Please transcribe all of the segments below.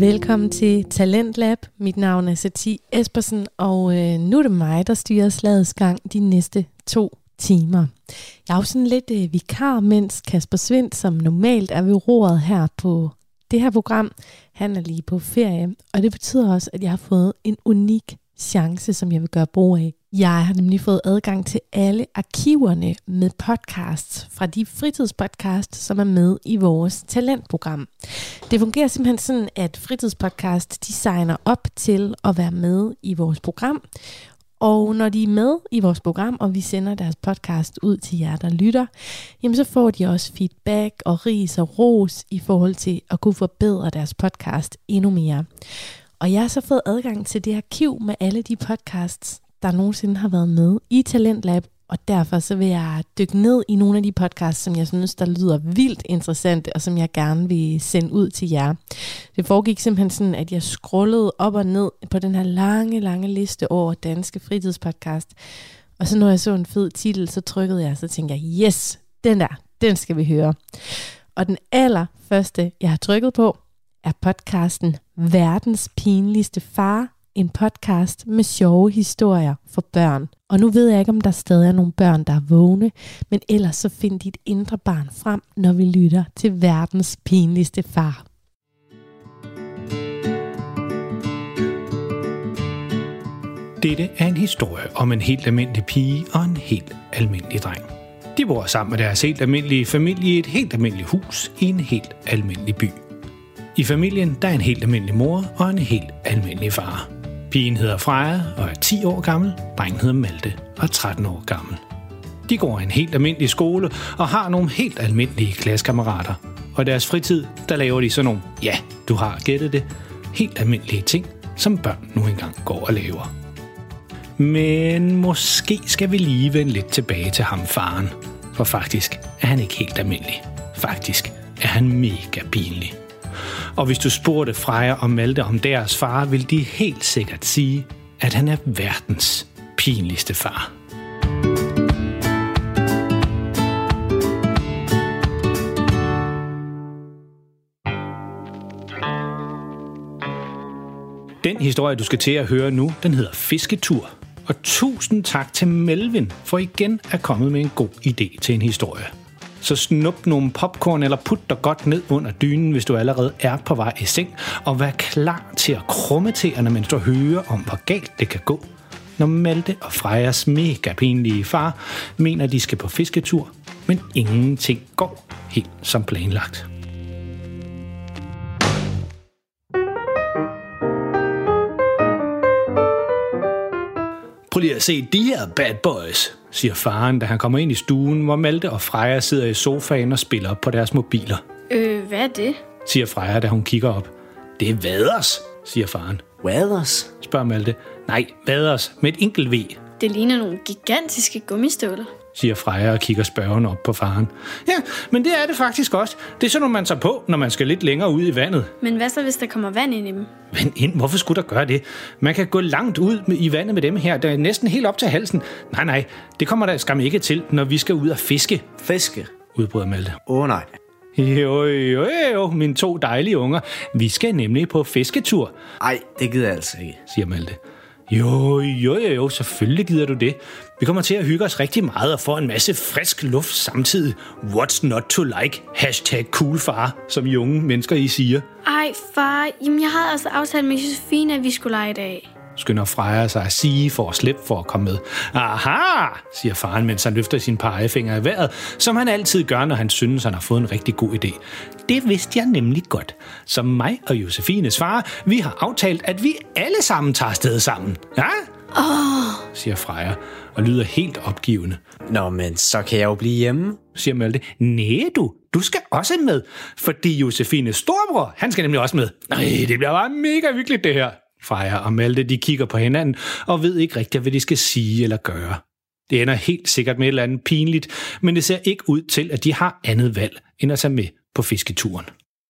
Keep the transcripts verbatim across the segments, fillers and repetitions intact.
Velkommen til Talentlab. Mit navn er Satie Espersen, og øh, nu er det mig, der styrer slagets gang de næste to timer. Jeg er jo sådan lidt øh, vikar, mens Kasper Svindt, som normalt er ved roret her på det her program, han er lige på ferie. Og det betyder også, at jeg har fået en unik chance, som jeg vil gøre brug af. Jeg har nemlig fået adgang til alle arkiverne med podcasts fra de fritidspodcasts, som er med i vores talentprogram. Det fungerer simpelthen sådan, at fritidspodcast de signer op til at være med i vores program. Og når de er med i vores program, og vi sender deres podcast ud til jer, der lytter, jamen så får de også feedback og ris og ros i forhold til at kunne forbedre deres podcast endnu mere. Og jeg har så fået adgang til det arkiv med alle de podcasts, der nogensinde har været med i Talentlab, og derfor så vil jeg dykke ned i nogle af de podcasts, som jeg synes, der lyder vildt interessante, og som jeg gerne vil sende ud til jer. Det foregik simpelthen sådan, at jeg scrollede op og ned på den her lange, lange liste over danske fritidspodcast, og så når jeg så en fed titel, så trykkede jeg, så tænkte jeg, yes, den der, den skal vi høre. Og den allerførste, jeg har trykket på, er podcasten Verdens pinligste far, en podcast med sjove historier for børn. Og nu ved jeg ikke, om der stadig er nogle børn, der er vågne, men ellers så find dit indre barn frem, når vi lytter til Verdens pinligste far. Dette er en historie om en helt almindelig pige og en helt almindelig dreng. De bor sammen med deres helt almindelige familie i et helt almindeligt hus i en helt almindelig by. I familien der er en helt almindelig mor og en helt almindelig far. Pigen hedder Freja og er ti år gammel, drengen hedder Malte og er tretten år gammel. De går i en helt almindelig skole og har nogle helt almindelige klassekammerater. Og i deres fritid, der laver de sådan nogle, ja, du har gættet det, helt almindelige ting, som børn nu engang går og laver. Men måske skal vi lige vende lidt tilbage til ham faren. For faktisk er han ikke helt almindelig. Faktisk er han mega pinlig. Og hvis du spurgte Freja og Malte om deres far, vil de helt sikkert sige, at han er verdens pinligste far. Den historie, du skal til at høre nu, den hedder Fisketur. Og tusind tak til Melvin for igen at komme med en god idé til en historie. Så snup nogle popcorn eller put dig godt ned under dynen, hvis du allerede er på vej i seng, og vær klar til at krumme tæerne, mens du hører om, hvor galt det kan gå, når Malte og Frejas mega pinlige far mener, de skal på fisketur, men ingenting går helt som planlagt. Prøv lige at se de her bad boys, siger faren, da han kommer ind i stuen, hvor Malte og Freja sidder i sofaen og spiller op på deres mobiler. Øh, hvad er det? Siger Freja, da hun kigger op. Det er vaders, siger faren. Vaders? Spørger Malte. Nej, vaders med et enkelt V. Det ligner nogle gigantiske gummistøvler, siger Freja og kigger spørgende op på faren. Ja, men det er det faktisk også. Det er sådan noget, man tager på, når man skal lidt længere ud i vandet. Men hvad så, hvis der kommer vand ind i dem? Vand ind? Hvorfor skulle der gøre det? Man kan gå langt ud i vandet med dem her. Der er næsten helt op til halsen. Nej, nej, det kommer der skam ikke til, når vi skal ud og fiske. Fiske? Udbryder Malte. Åh oh, nej. Jo, jo, jo, mine to dejlige unger. Vi skal nemlig på fisketur. Ej, det gider jeg altså ikke, siger Malte. Jo, jo, jo, jo, selvfølgelig gider du det. Vi kommer til at hygge os rigtig meget og få en masse frisk luft samtidig. What's not to like? Hashtag cool far, som de unge mennesker I siger. Ej, far, jamen jeg havde altså aftalt med Josefine, at vi skulle lege i dag. Skynder Freja sig at sige for at slippe for at komme med. Aha, siger faren, mens han løfter sin pegefinger i vejret, som han altid gør, når han synes, han har fået en rigtig god idé. Det vidste jeg nemlig godt. Så mig og Josefines far, vi har aftalt, at vi alle sammen tager afsted sammen. Ja? Åh, siger Freja og lyder helt opgivende. Nå, men så kan jeg jo blive hjemme, siger Malte. Næh du, du skal også med, fordi Josefines storebror, han skal nemlig også med. Nej, det bliver bare mega hyggeligt det her. Freja og Malte, de kigger på hinanden og ved ikke rigtigt, hvad de skal sige eller gøre. Det ender helt sikkert med et eller andet pinligt, men det ser ikke ud til, at de har andet valg, end at tage med på fisketuren.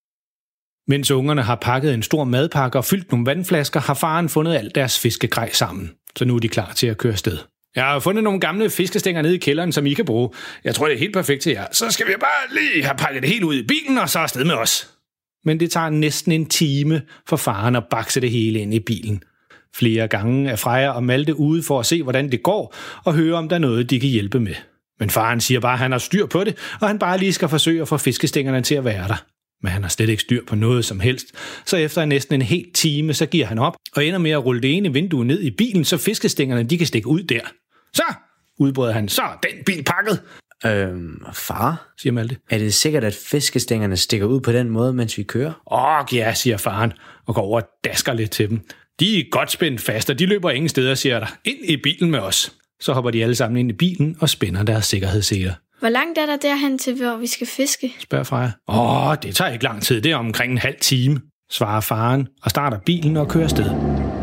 Mens ungerne har pakket en stor madpakke og fyldt nogle vandflasker, har faren fundet alt deres fiskegrej sammen. Så nu er de klar til at køre afsted. Jeg har fundet nogle gamle fiskestænger nede i kælderen, som I kan bruge. Jeg tror, det er helt perfekt til jer. Så skal vi bare lige have pakket det helt ud i bilen og så afsted med os, men det tager næsten en time for faren at bakse det hele ind i bilen. Flere gange er Freja og Malte ude for at se, hvordan det går, og høre, om der er noget, de kan hjælpe med. Men faren siger bare, at han har styr på det, og han bare lige skal forsøge at få fiskestængerne til at være der. Men han har slet ikke styr på noget som helst, så efter næsten en hel time, så giver han op, og ender med at rulle det ene vindue ned i bilen, så fiskestængerne de kan stikke ud der. Så, udbrød han, så den bil pakket. Øhm, far? Siger Malte. Er det sikkert, at fiskestængerne stikker ud på den måde, mens vi kører? Åh, ja, siger faren, og går over og dasker lidt til dem. De er godt spændt fast, og de løber ingen steder, siger der. Ind i bilen med os. Så hopper de alle sammen ind i bilen og spænder deres sikkerhedsseler. Hvor langt er der derhen til, hvor vi skal fiske? Spørger Freja. Åh, det tager ikke lang tid. Det er omkring en halv time, svarer faren og starter bilen og kører afsted.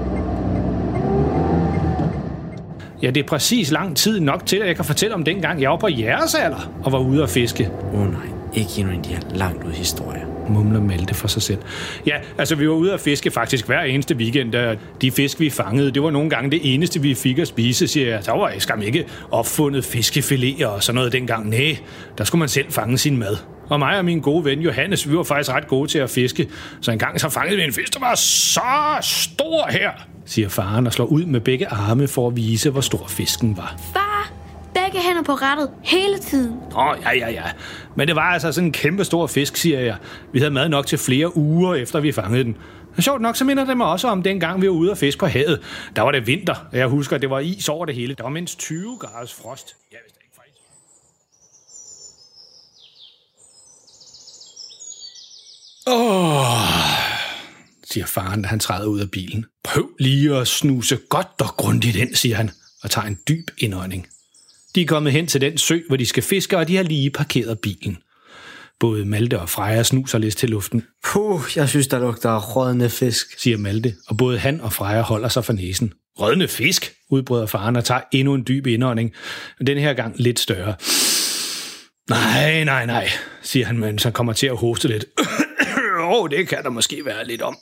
Ja, det er præcis lang tid nok til, at jeg kan fortælle om dengang, jeg var på jeres alder og var ude at fiske. Åh oh, nej, ikke endnu en de her langt ud historier. Mumler Malte for sig selv. Ja, altså vi var ude at fiske faktisk hver eneste weekend, og de fisk, vi fangede, det var nogle gange det eneste, vi fik at spise, siger jeg. Der var skam ikke opfundet fiskefiléer og sådan noget dengang. Næh, der skulle man selv fange sin mad. Og mig og min gode ven Johannes, vi var faktisk ret gode til at fiske, så en gang så fangede vi en fisk, der var så stor her, siger faren og slår ud med begge arme for at vise, hvor stor fisken var. Far, begge hænder på rattet hele tiden. Åh, oh, ja, ja, ja. Men det var altså sådan en kæmpe stor fisk, siger jeg. Vi havde mad nok til flere uger, efter vi fangede den. Og sjovt nok, så minder det mig også om dengang, vi var ude at fiske på havet. Der var det vinter, og jeg husker, at det var is over det hele. Der var mindst tyve graders frost. Ja, hvis det ikke var is. Åh, siger faren, da han træder ud af bilen. Prøv lige at snuse godt og grundigt ind, siger han, og tager en dyb indånding. De er kommet hen til den sø, hvor de skal fiske, og de har lige parkeret bilen. Både Malte og Freja snuser lidt til luften. Puh, jeg synes, der lugter rådne fisk, siger Malte, og både han og Freja holder sig for næsen. Rødne fisk, udbryder faren og tager endnu en dyb indånding, men den her gang lidt større. Nej, nej, nej, siger han, mens han kommer til at hoste lidt. Åh, oh, det kan der måske være lidt om.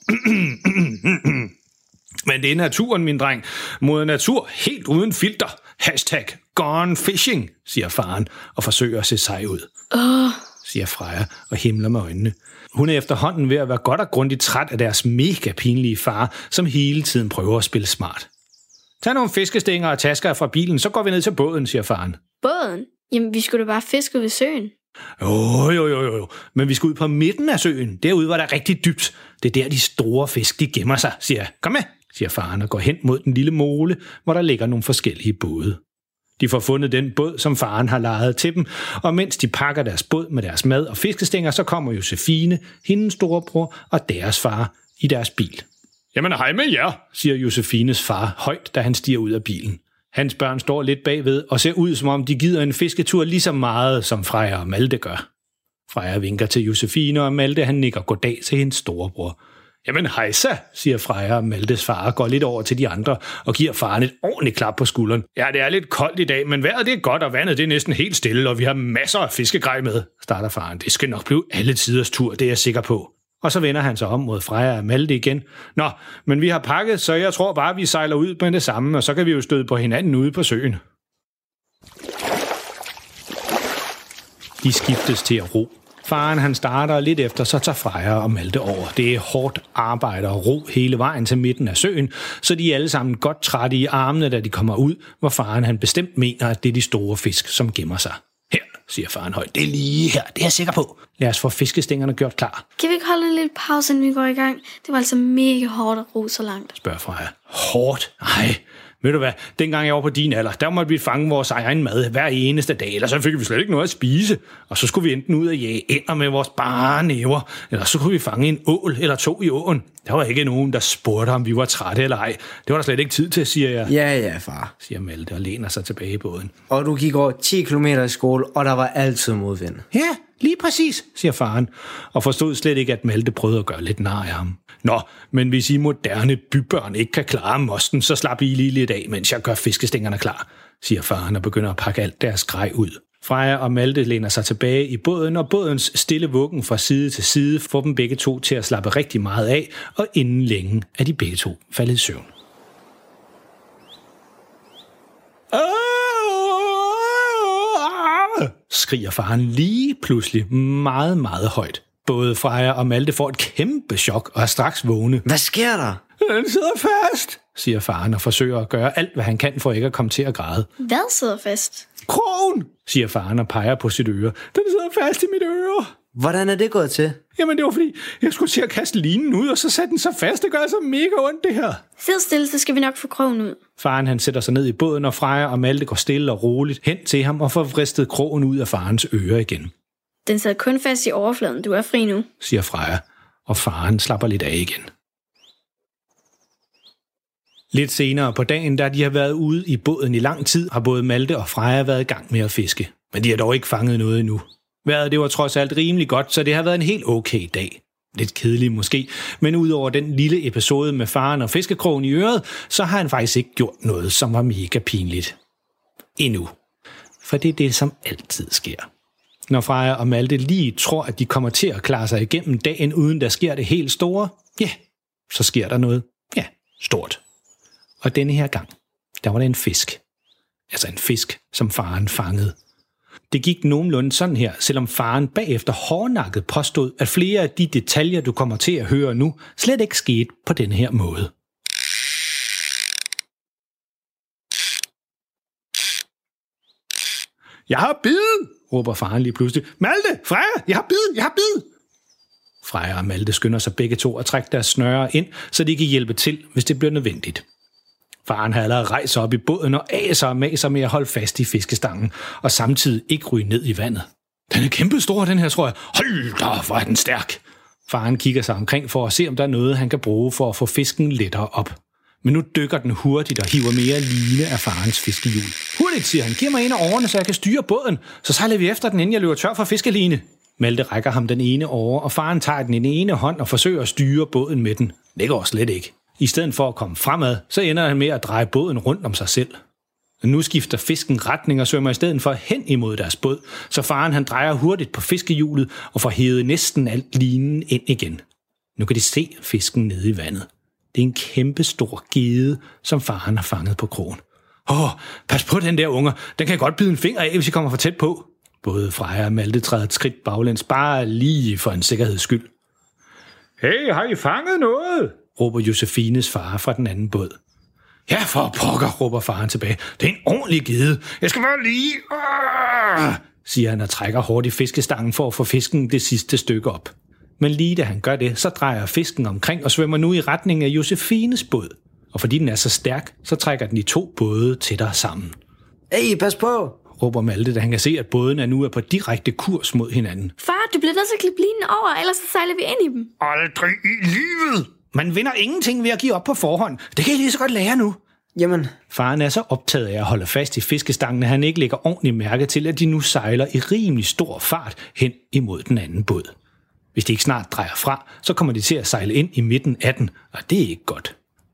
Men det er naturen, min dreng. Mod natur, helt uden filter. Hashtag gone fishing, siger faren, og forsøger at se sej ud. Åh, siger Freja og himler med øjnene. Hun er efterhånden ved at være godt og grundigt træt af deres mega pinlige far, som hele tiden prøver at spille smart. Tag nogle fiskestænger og tasker fra bilen, så går vi ned til båden, siger faren. båden? Jamen, vi skulle da bare fiske ved søen. Jo, jo, jo, jo, men vi skal ud på midten af søen. Derude, hvor der er rigtig dybt. Det er der, de store fisk, de gemmer sig, siger jeg. Kom med, siger faren og går hen mod den lille mole, hvor der ligger nogle forskellige både. De får fundet den båd, som faren har lejet til dem, og mens de pakker deres båd med deres mad og fiskestænger, så kommer Josefine, hendes storebror og deres far i deres bil. Jamen hej med jer, siger Josefines far højt, da han stiger ud af bilen. Hans børn står lidt bagved og ser ud, som om de gider en fisketur lige så meget, som Freja og Malte gør. Freja vinker til Josefine, og Malte han nikker goddag til hendes storebror. Jamen hejsa, siger Freja, og Maltes far går lidt over til de andre og giver faren et ordentligt klap på skulderen. Ja, det er lidt koldt i dag, men vejret det er godt, og vandet det er næsten helt stille, og vi har masser af fiskegrej med, starter faren. Det skal nok blive alle tiders tur, det er jeg sikker på. Og så vender han sig om mod Freja og Malte igen. Nå, men vi har pakket, så jeg tror bare, vi sejler ud med det samme, og så kan vi jo støde på hinanden ude på søen. De skiftes til at ro. Faren han starter lidt efter, så tager Freja og Malte over. Det er hårdt arbejde og ro hele vejen til midten af søen, så de er alle sammen godt trætte i armene, da de kommer ud, hvor faren han bestemt mener, at det er de store fisk, som gemmer sig. Her, siger faren højt. Det er lige her, det er jeg sikker på. Lad os få fiskestængerne gjort klar. Kan vi ikke holde en lille pause, inden vi går i gang? Det var altså mega hårdt at ro så langt. Spørger Freja. Hårdt? Nej. Ved du hvad, dengang jeg var på din alder, der måtte vi fange vores egen mad hver eneste dag, eller så fik vi slet ikke noget at spise. Og så skulle vi enten ud og jage ender med vores bare næver, eller så kunne vi fange en ål eller to i åen. Der var ikke nogen, der spurgte, om vi var trætte eller ej. Det var der slet ikke tid til, siger jeg. Ja, ja, far, siger Malte og læner sig tilbage i båden. Og du gik over ti kilometer i skole, og der var altid modvind. Ja, lige præcis, siger faren, og forstod slet ikke, at Malte prøvede at gøre lidt nar af ham. Nå, men hvis I moderne bybørn ikke kan klare mosten, så slap I lige lidt af, mens jeg gør fiskestængerne klar, siger faren og begynder at pakke alt deres grej ud. Freja og Malte læner sig tilbage i båden, og bådens stille vuggen fra side til side får dem begge to til at slappe rigtig meget af, og inden længe er de begge to faldet i søvn. Skriger faren lige pludselig meget, meget højt. Både Freja og Malte får et kæmpe chok og er straks vågne. Hvad sker der? Den sidder fast, siger faren og forsøger at gøre alt, hvad han kan for ikke at komme til at græde. Hvad sidder fast? Krogen, siger faren og peger på sit øre. Den sidder fast i mit øre. Hvordan er det gået til? Jamen, det var fordi, jeg skulle til at kaste linen ud, og så satte den så fast. Det gør så mega ondt, det her. Sid stille, så skal vi nok få krogen ud. Faren han sætter sig ned i båden, og Freja og Malte går stille og roligt hen til ham og får vristet krogen ud af farens øre igen. Den sad kun fast i overfladen. Du er fri nu, siger Freja, og faren slapper lidt af igen. Lidt senere på dagen, da de har været ude i båden i lang tid, har både Malte og Freja været i gang med at fiske. Men de har dog ikke fanget noget endnu. Vejret det var trods alt rimelig godt, så det har været en helt okay dag. Lidt kedelig måske, men udover den lille episode med faren og fiskekrogen i øret, så har han faktisk ikke gjort noget, som var mega pinligt. Endnu. For det er det, som altid sker. Når Freja og Malte lige tror, at de kommer til at klare sig igennem dagen, uden der sker det helt store, ja, så sker der noget, ja, stort. Og denne her gang, der var det en fisk. Altså en fisk, som faren fangede. Det gik nogenlunde sådan her, selvom faren bagefter hårdnakket påstod, at flere af de detaljer, du kommer til at høre nu, slet ikke skete på denne her måde. Jeg har bid, råber faren lige pludselig. Malte, Freja, jeg har bid, jeg har bid. Freja og Malte skynder sig begge to at trække deres snøre ind, så de kan hjælpe til, hvis det bliver nødvendigt. Faren havde allerede rejst sig op i båden og aser og maser med at holde fast i fiskestangen, og samtidig ikke ryge ned i vandet. Den er kæmpe stor, den her, tror jeg. Hold da, hvor er den stærk. Faren kigger sig omkring for at se, om der er noget, han kan bruge for at få fisken lettere op. Men nu dykker den hurtigt og hiver mere line af farens fiskehjul. Hurtigt, siger han. Giv mig en af årene, så jeg kan styre båden. Så sejler vi efter den, inden jeg løber tør for fiskeline. Malte rækker ham den ene åre, og faren tager den i den ene hånd og forsøger at styre båden med den. Det går slet ikke. I stedet for at komme fremad, så ender han med at dreje båden rundt om sig selv. Nu skifter fisken retning og svømmer i stedet for hen imod deres båd, så faren han drejer hurtigt på fiskehjulet og får hævet næsten alt linen ind igen. Nu kan de se fisken nede i vandet. Det er en kæmpe stor gede, som faren har fanget på krogen. Åh, pas på den der unger. Den kan godt bide en finger af, hvis I kommer for tæt på. Både Freja og Malte træder et skridt baglæns, bare lige for en sikkerheds skyld. Hey, har I fanget noget? Råber Josefines far fra den anden båd. Ja, for pokker, råber faren tilbage. Det er en ordentlig gede. Jeg skal bare lige... Arh! siger han og trækker hårdt i fiskestangen for at få fisken det sidste stykke op. Men lige da han gør det, så drejer fisken omkring og svømmer nu i retning af Josefines båd. Og fordi den er så stærk, så trækker den de to både tættere sammen. Hey, pas på! råber Malte, da han kan se, at bådene er nu er på direkte kurs mod hinanden. Far, du bliver nødt til at klippe linen over, ellers så sejler vi ind i dem. Aldrig i livet! Man vinder ingenting ved at give op på forhånd. Det kan I lige så godt lære nu. Jamen... Faren er så optaget af at holde fast i fiskestangen, at han ikke lægger ordentligt mærke til, at de nu sejler i rimelig stor fart hen imod den anden båd. Hvis de ikke snart drejer fra, så kommer de til at sejle ind i midten af den, og det er ikke godt.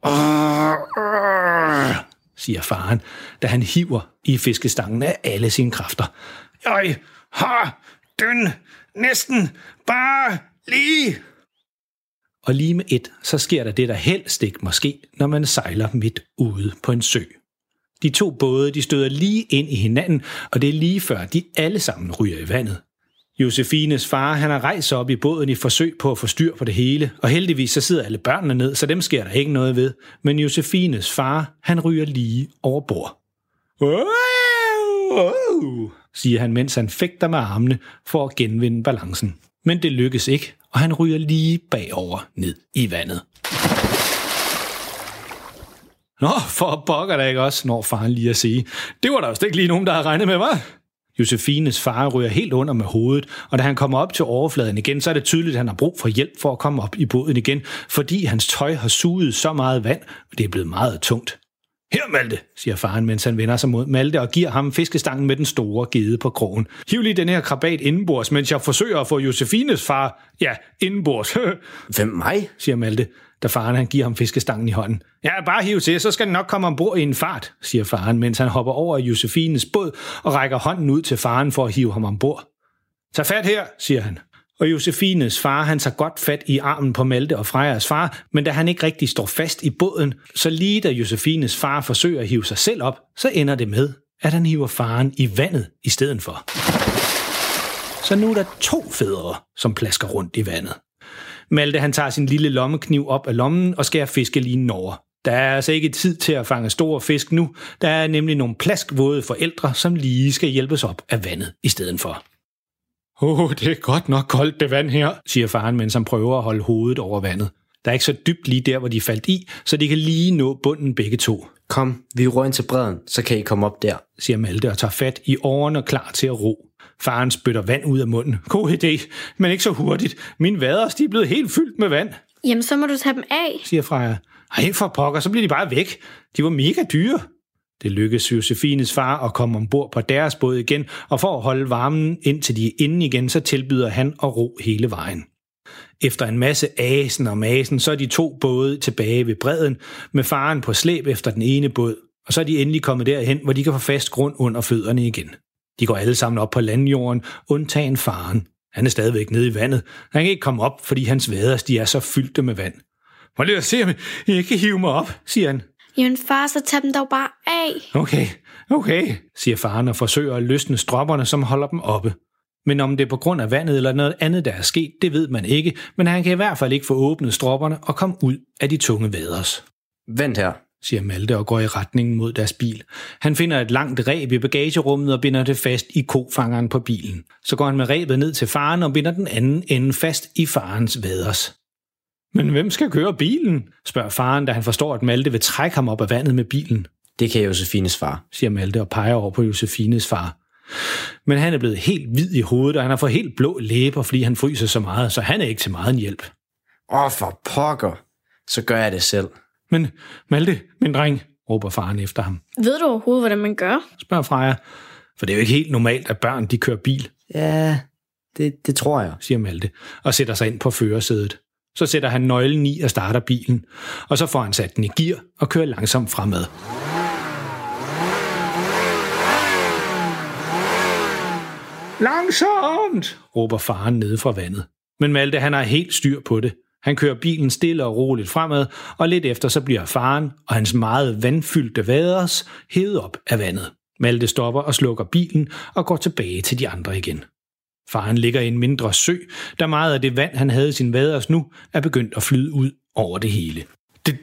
Siger faren, da han hiver i fiskestangen af alle sine kræfter. Jeg har den næsten bare lige... Og lige med et, så sker der det, der helst ikke må ske, når man sejler midt ude på en sø. De to både, de støder lige ind i hinanden, og det er lige før, de alle sammen ryger i vandet. Josefines far, han har rejst sig op i båden i forsøg på at få styr på det hele, og heldigvis så sidder alle børnene ned, så dem sker der ikke noget ved. Men Josefines far, han ryger lige over bord. Wow, wow, siger han, mens han fægter med armene for at genvinde balancen. Men det lykkes ikke, og han ryger lige bagover ned i vandet. Nå, for pokker da ikke også, når faren lige at sige. Det var der jo ikke lige nogen, der havde regnet med, hva'? Josefines far ryger helt under med hovedet, og da han kommer op til overfladen igen, så er det tydeligt, at han har brug for hjælp for at komme op i båden igen, fordi hans tøj har suget så meget vand, og det er blevet meget tungt. Her, Malte, siger faren, mens han vender sig mod Malte og giver ham fiskestangen med den store gede på krogen. Hiv lige den her krabat indenbords, mens jeg forsøger at få Josefines far, ja, indenbords. Hvem mig? Siger Malte, da faren han giver ham fiskestangen i hånden. Ja, bare hiv til, så skal den nok komme ombord i en fart, siger faren, mens han hopper over i Josefines båd og rækker hånden ud til faren for at hive ham ombord. Tag fat her, siger han. Og Josefines far, han tager godt fat i armen på Malte og Frejas far, men da han ikke rigtig står fast i båden, så lige da Josefines far forsøger at hive sig selv op, så ender det med, at han hiver faren i vandet i stedet for. Så nu er der to fædre, som plasker rundt i vandet. Malte han tager sin lille lommekniv op af lommen og skærer fiskelinen over. Der er altså ikke tid til at fange store fisk nu. Der er nemlig nogle plaskvåde forældre, som lige skal hjælpes op af vandet i stedet for. Åh, oh, det er godt nok koldt det vand her, siger faren, mens han prøver at holde hovedet over vandet. Der er ikke så dybt lige der, hvor de faldt i, så de kan lige nå bunden begge to. Kom, vi ror ind til bredden, så kan I komme op der, siger Malte og tager fat i årene og klar til at ro. Faren spytter vand ud af munden. God idé, men ikke så hurtigt. Mine vaders, de er blevet helt fyldt med vand. Jamen, så må du tage dem af, siger Freja. Ej, for pokker, så bliver de bare væk. De var mega dyre. Det lykkes Josefines far at komme ombord på deres båd igen, og for at holde varmen indtil de er inde igen, så tilbyder han at ro hele vejen. Efter en masse asen og masen, så er de to både tilbage ved bredden, med faren på slæb efter den ene båd, og så er de endelig kommet derhen, hvor de kan få fast grund under fødderne igen. De går alle sammen op på landjorden, undtagen faren. Han er stadigvæk nede i vandet. Han kan ikke komme op, fordi hans vaders, de er så fyldte med vand. Må lige se, om I kan hive mig op, siger han. Jamen far, så tag dem dog bare af. Okay, okay, siger faren og forsøger at løsne stropperne, som holder dem oppe. Men om det er på grund af vandet eller noget andet, der er sket, det ved man ikke, men han kan i hvert fald ikke få åbnet stropperne og komme ud af de tunge vaders. Vent her, siger Malte og går i retningen mod deres bil. Han finder et langt reb i bagagerummet og binder det fast i kofangeren på bilen. Så går han med rebet ned til faren og binder den anden ende fast i farens vaders. Men hvem skal køre bilen? Spørger faren, da han forstår, at Malte vil trække ham op af vandet med bilen. Det kan Josefines far, siger Malte og peger over på Josefines far. Men han er blevet helt hvid i hovedet, og han har fået helt blå læber, fordi han fryser så meget, så han er ikke til meget en hjælp. Åh, for pokker. Så gør jeg det selv. Men Malte, min dreng, råber faren efter ham. Ved du overhovedet, hvordan man gør? Spørger Freja. For det er jo ikke helt normalt, at børn de kører bil. Ja, det, det tror jeg, siger Malte, og sætter sig ind på førersædet. Så sætter han nøglen i og starter bilen, og så får han sat den i gear og kører langsomt fremad. Langsomt, råber faren nede fra vandet. Men Malte, han har helt styr på det. Han kører bilen stille og roligt fremad, og lidt efter så bliver faren og hans meget vandfyldte vaders hævet op af vandet. Malte stopper og slukker bilen og går tilbage til de andre igen. Faren ligger i en mindre sø, da meget af det vand, han havde i sin vaders nu, er begyndt at flyde ud over det hele. Det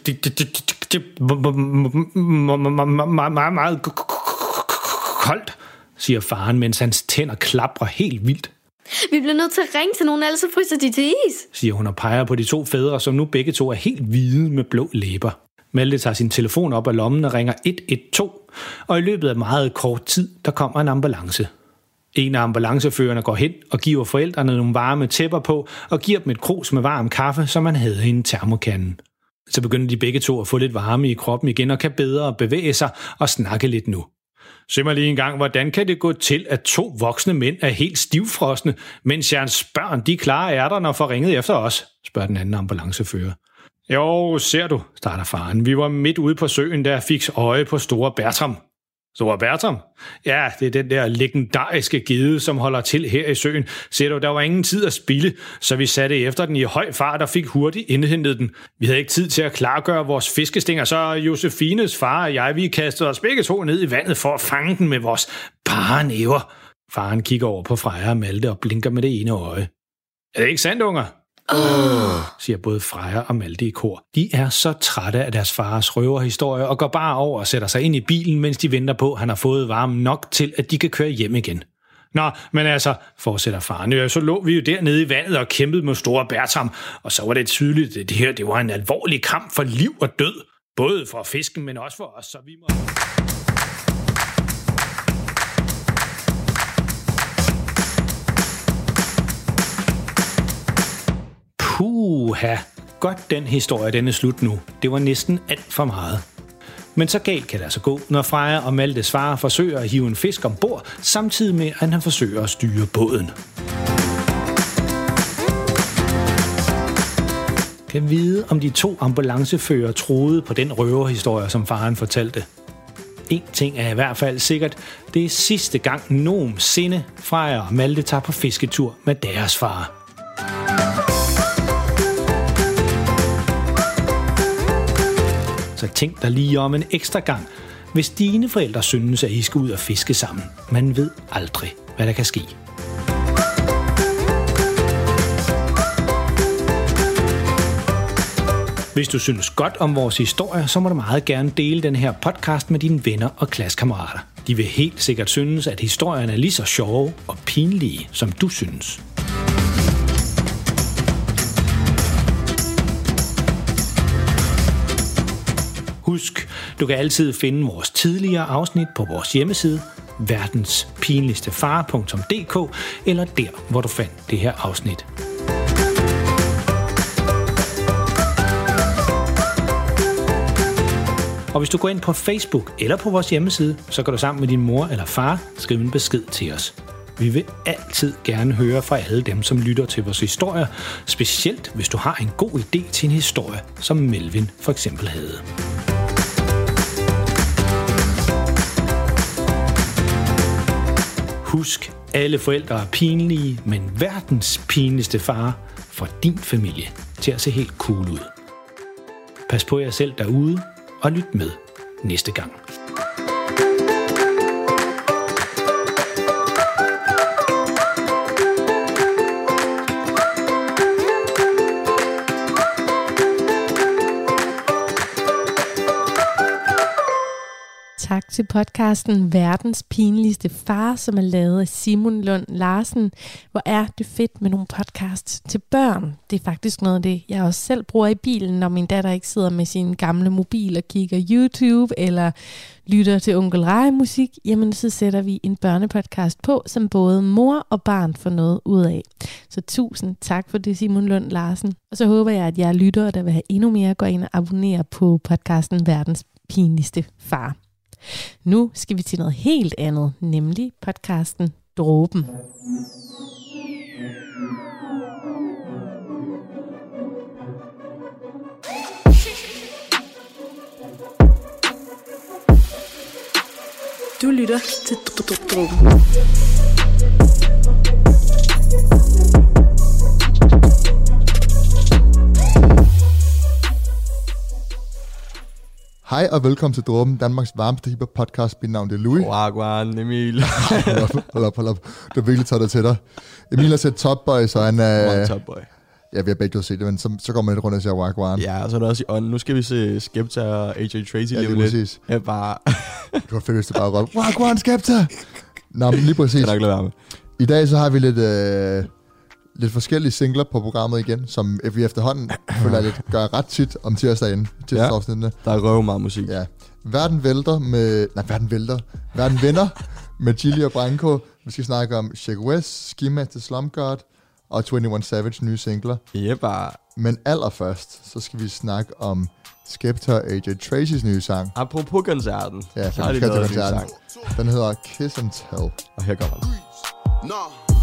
er meget, meget koldt, siger faren, mens hans tænder klapper helt vildt. Vi bliver nødt til at ringe til nogen, ellers så fryser de til is, siger hun og peger på de to fædre, som nu begge to er helt hvide med blå læber. Malte tager sin telefon op af lommen og ringer et et to, og i løbet af meget kort tid, der kommer en ambulance. En af ambulanceførerne går hen og giver forældrene nogle varme tæpper på og giver dem et krus med varm kaffe, som man havde i en termokande. Så begynder de begge to at få lidt varme i kroppen igen og kan bedre bevæge sig og snakke lidt nu. Se mig lige en gang, hvordan kan det gå til, at to voksne mænd er helt stivfrosne, mens jeres børn de klarer ærterne og får ringet efter os, spørger den anden ambulancefører. Jo, ser du, starter faren. Vi var midt ude på søen, der fik øje på Store Bertram. Store Bertram? Ja, det er den der legendariske gede, som holder til her i søen. Ser du, der var ingen tid at spilde, så vi satte efter den i høj fart og fik hurtigt indhentet den. Vi havde ikke tid til at klargøre vores fiskestænger, så Josefines far og jeg, vi kastede os begge to ned i vandet for at fange den med vores bare næver. Faren kigger over på Freja og Malte og blinker med det ene øje. Er det ikke sandt, unger? Oh, siger både Freja og Malte i kor. De er så trætte af deres fars røverhistorie og går bare over og sætter sig ind i bilen, mens de venter på, at han har fået varme nok til, at de kan køre hjem igen. Nå, men altså, fortsætter faren, så lå vi jo dernede i vandet og kæmpede med Store Bertram, og så var det tydeligt, at det her det var en alvorlig kamp for liv og død. Både for fisken, men også for os, så vi må... Puha, godt den historie, den er slut nu. Det var næsten alt for meget. Men så galt kan det altså gå, når Freja og Maltes far forsøger at hive en fisk ombord, samtidig med, at han forsøger at styre båden. Kan vide, om de to ambulancefører troede på den røverhistorie, som faren fortalte. En ting er i hvert fald sikkert, det er sidste gang nogensinde Freja og Malte tager på fisketur med deres far. Så tænk dig lige om en ekstra gang, hvis dine forældre synes, at I skal ud og fiske sammen. Man ved aldrig, hvad der kan ske. Hvis du synes godt om vores historie, så må du meget gerne dele den her podcast med dine venner og klassekammerater. De vil helt sikkert synes, at historierne er lige så sjove og pinlige, som du synes. Husk, du kan altid finde vores tidligere afsnit på vores hjemmeside, verdenspinligstefar punktum d k, eller der, hvor du fandt det her afsnit. Og hvis du går ind på Facebook eller på vores hjemmeside, så kan du sammen med din mor eller far skrive en besked til os. Vi vil altid gerne høre fra alle dem, som lytter til vores historier, specielt hvis du har en god idé til en historie, som Melvin for eksempel havde. Husk, alle forældre er pinlige, men verdens pinligste far får din familie til at se helt cool ud. Pas på jer selv derude, og lyt med næste gang. Tak til podcasten Verdens Pinligste Far, som er lavet af Simon Lund Larsen. Hvor er det fedt med nogle podcasts til børn. Det er faktisk noget af det, jeg også selv bruger i bilen, når min datter ikke sidder med sin gamle mobil og kigger YouTube eller lytter til Onkel Rej musik. Jamen, så sætter vi en børnepodcast på, som både mor og barn får noget ud af. Så tusind tak for det, Simon Lund Larsen. Og så håber jeg, at jeg lytter, der vil have endnu mere, går ind og abonnere på podcasten Verdens Pinligste Far. Nu skal vi til noget helt andet, nemlig podcasten Dråben. Du lytter til Dråben. Hej og velkommen til Dråben, Danmarks varmeste hiphop-podcast. Mit navn er Louis. Wagwan, Emil. hold op, hold op, hold op. Du har virkelig taget dig til dig. Emil har set Top Boy, så han er... Uh... Top Boy. Ja, vi har begge set det, men så, så går man lidt rundt og siger Wagwan. Ja, og så er der også i ånden. Nu skal vi se Skepta og A J Tracy. Ja, lige præcis. Ja, bare... Du har fedt, hvis det bare råbt, Wagwan, Skepta! Nå, men lige præcis. Det kan nok lade være med. I dag så har vi lidt... Øh... lidt forskellige singler på programmet igen, som vi efterhånden føler lidt gør ret tit om tirsdagen, tirsdagsafsnittene. Ja, der er røv meget musik. Ja. Verden vælter med... Nej, verden vælter. Verden vender med Gilly og Branko. Vi skal snakke om Sheck West, Ski Master Slum God og enogtyve Savage nye singler. Ja, bare... Men allerførst, så skal vi snakke om Skepta og A J Tracys nye sang. Apropos koncerten. Ja, så har de lavet en ny sang. Den hedder Kiss and Tell. Og her kommer den. No.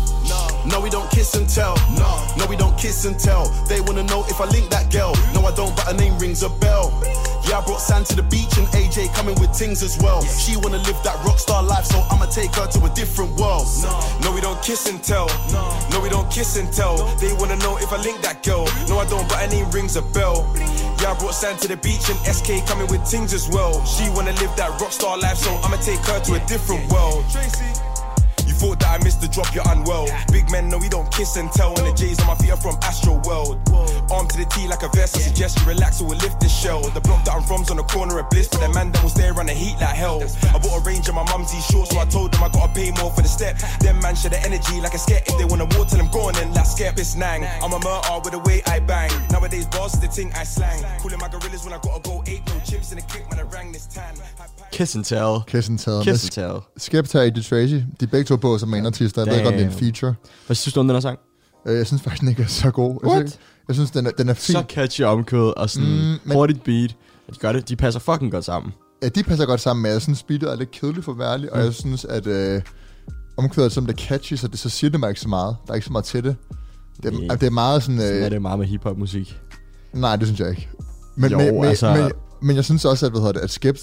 No, we don't kiss and tell. No, no, we don't kiss and tell. They wanna know if I link that girl. No, I don't, but her name rings a bell. Yeah, I brought Sam to the beach and A J coming with things as well. She wanna live that rockstar life, so I'ma take her to a different world. No, no, we don't kiss and tell. No, no, we don't kiss and tell. They wanna know if I link that girl. No, I don't, but her name rings a bell. Yeah, I brought Sam to the beach and S K coming with things as well. She wanna live that rockstar life, so I'ma take her to a different world. Thought that I missed the drop, you're unwell. Big men, no, we don't kiss and tell. And the J's on my feet are from Astro World. Arm to the T like a vest, I suggest you relax or we'll lift the shell. The block that I'm from's on the corner of Bliss, but the man that was there run the heat like hell. I bought a range of my mum's shorts, so I told them I gotta pay more for the step. Them man share the energy like a sket. If they wanna war, tell them go on and let's skep. It's nang. I'm a murder with the way I bang. Nowadays, boss is the thing I slang. Calling my gorillas when I gotta go eight. No chimps in the click, man, I rang this tan. Kiss and Tell. Kiss and Tell. Kiss and Tell. Skepta og A J Tracy. De er begge to på som en artister. Jeg ved ikke, om det er en feature. Hvad synes du om den her sang? Jeg synes faktisk, den ikke er så god. Jeg synes, jeg synes den, er, den er fin. Så catchy omkød og sådan mm, hurtigt beat. De gør det. De passer fucking godt sammen. Ja, de passer godt sammen, men jeg synes, beatet er lidt kedeligt for værlig, mm. og jeg synes, at øh, omkvædet som det er catchy, så, det, så siger det mig ikke så meget. Der er ikke så meget til det. Det, yeah. det er meget sådan... Øh, sådan er det meget med hiphop-musik. Nej, det synes jeg ikke. Men, jo, men, altså... men, men jeg synes også, at, hvad hedder det, at Skepta,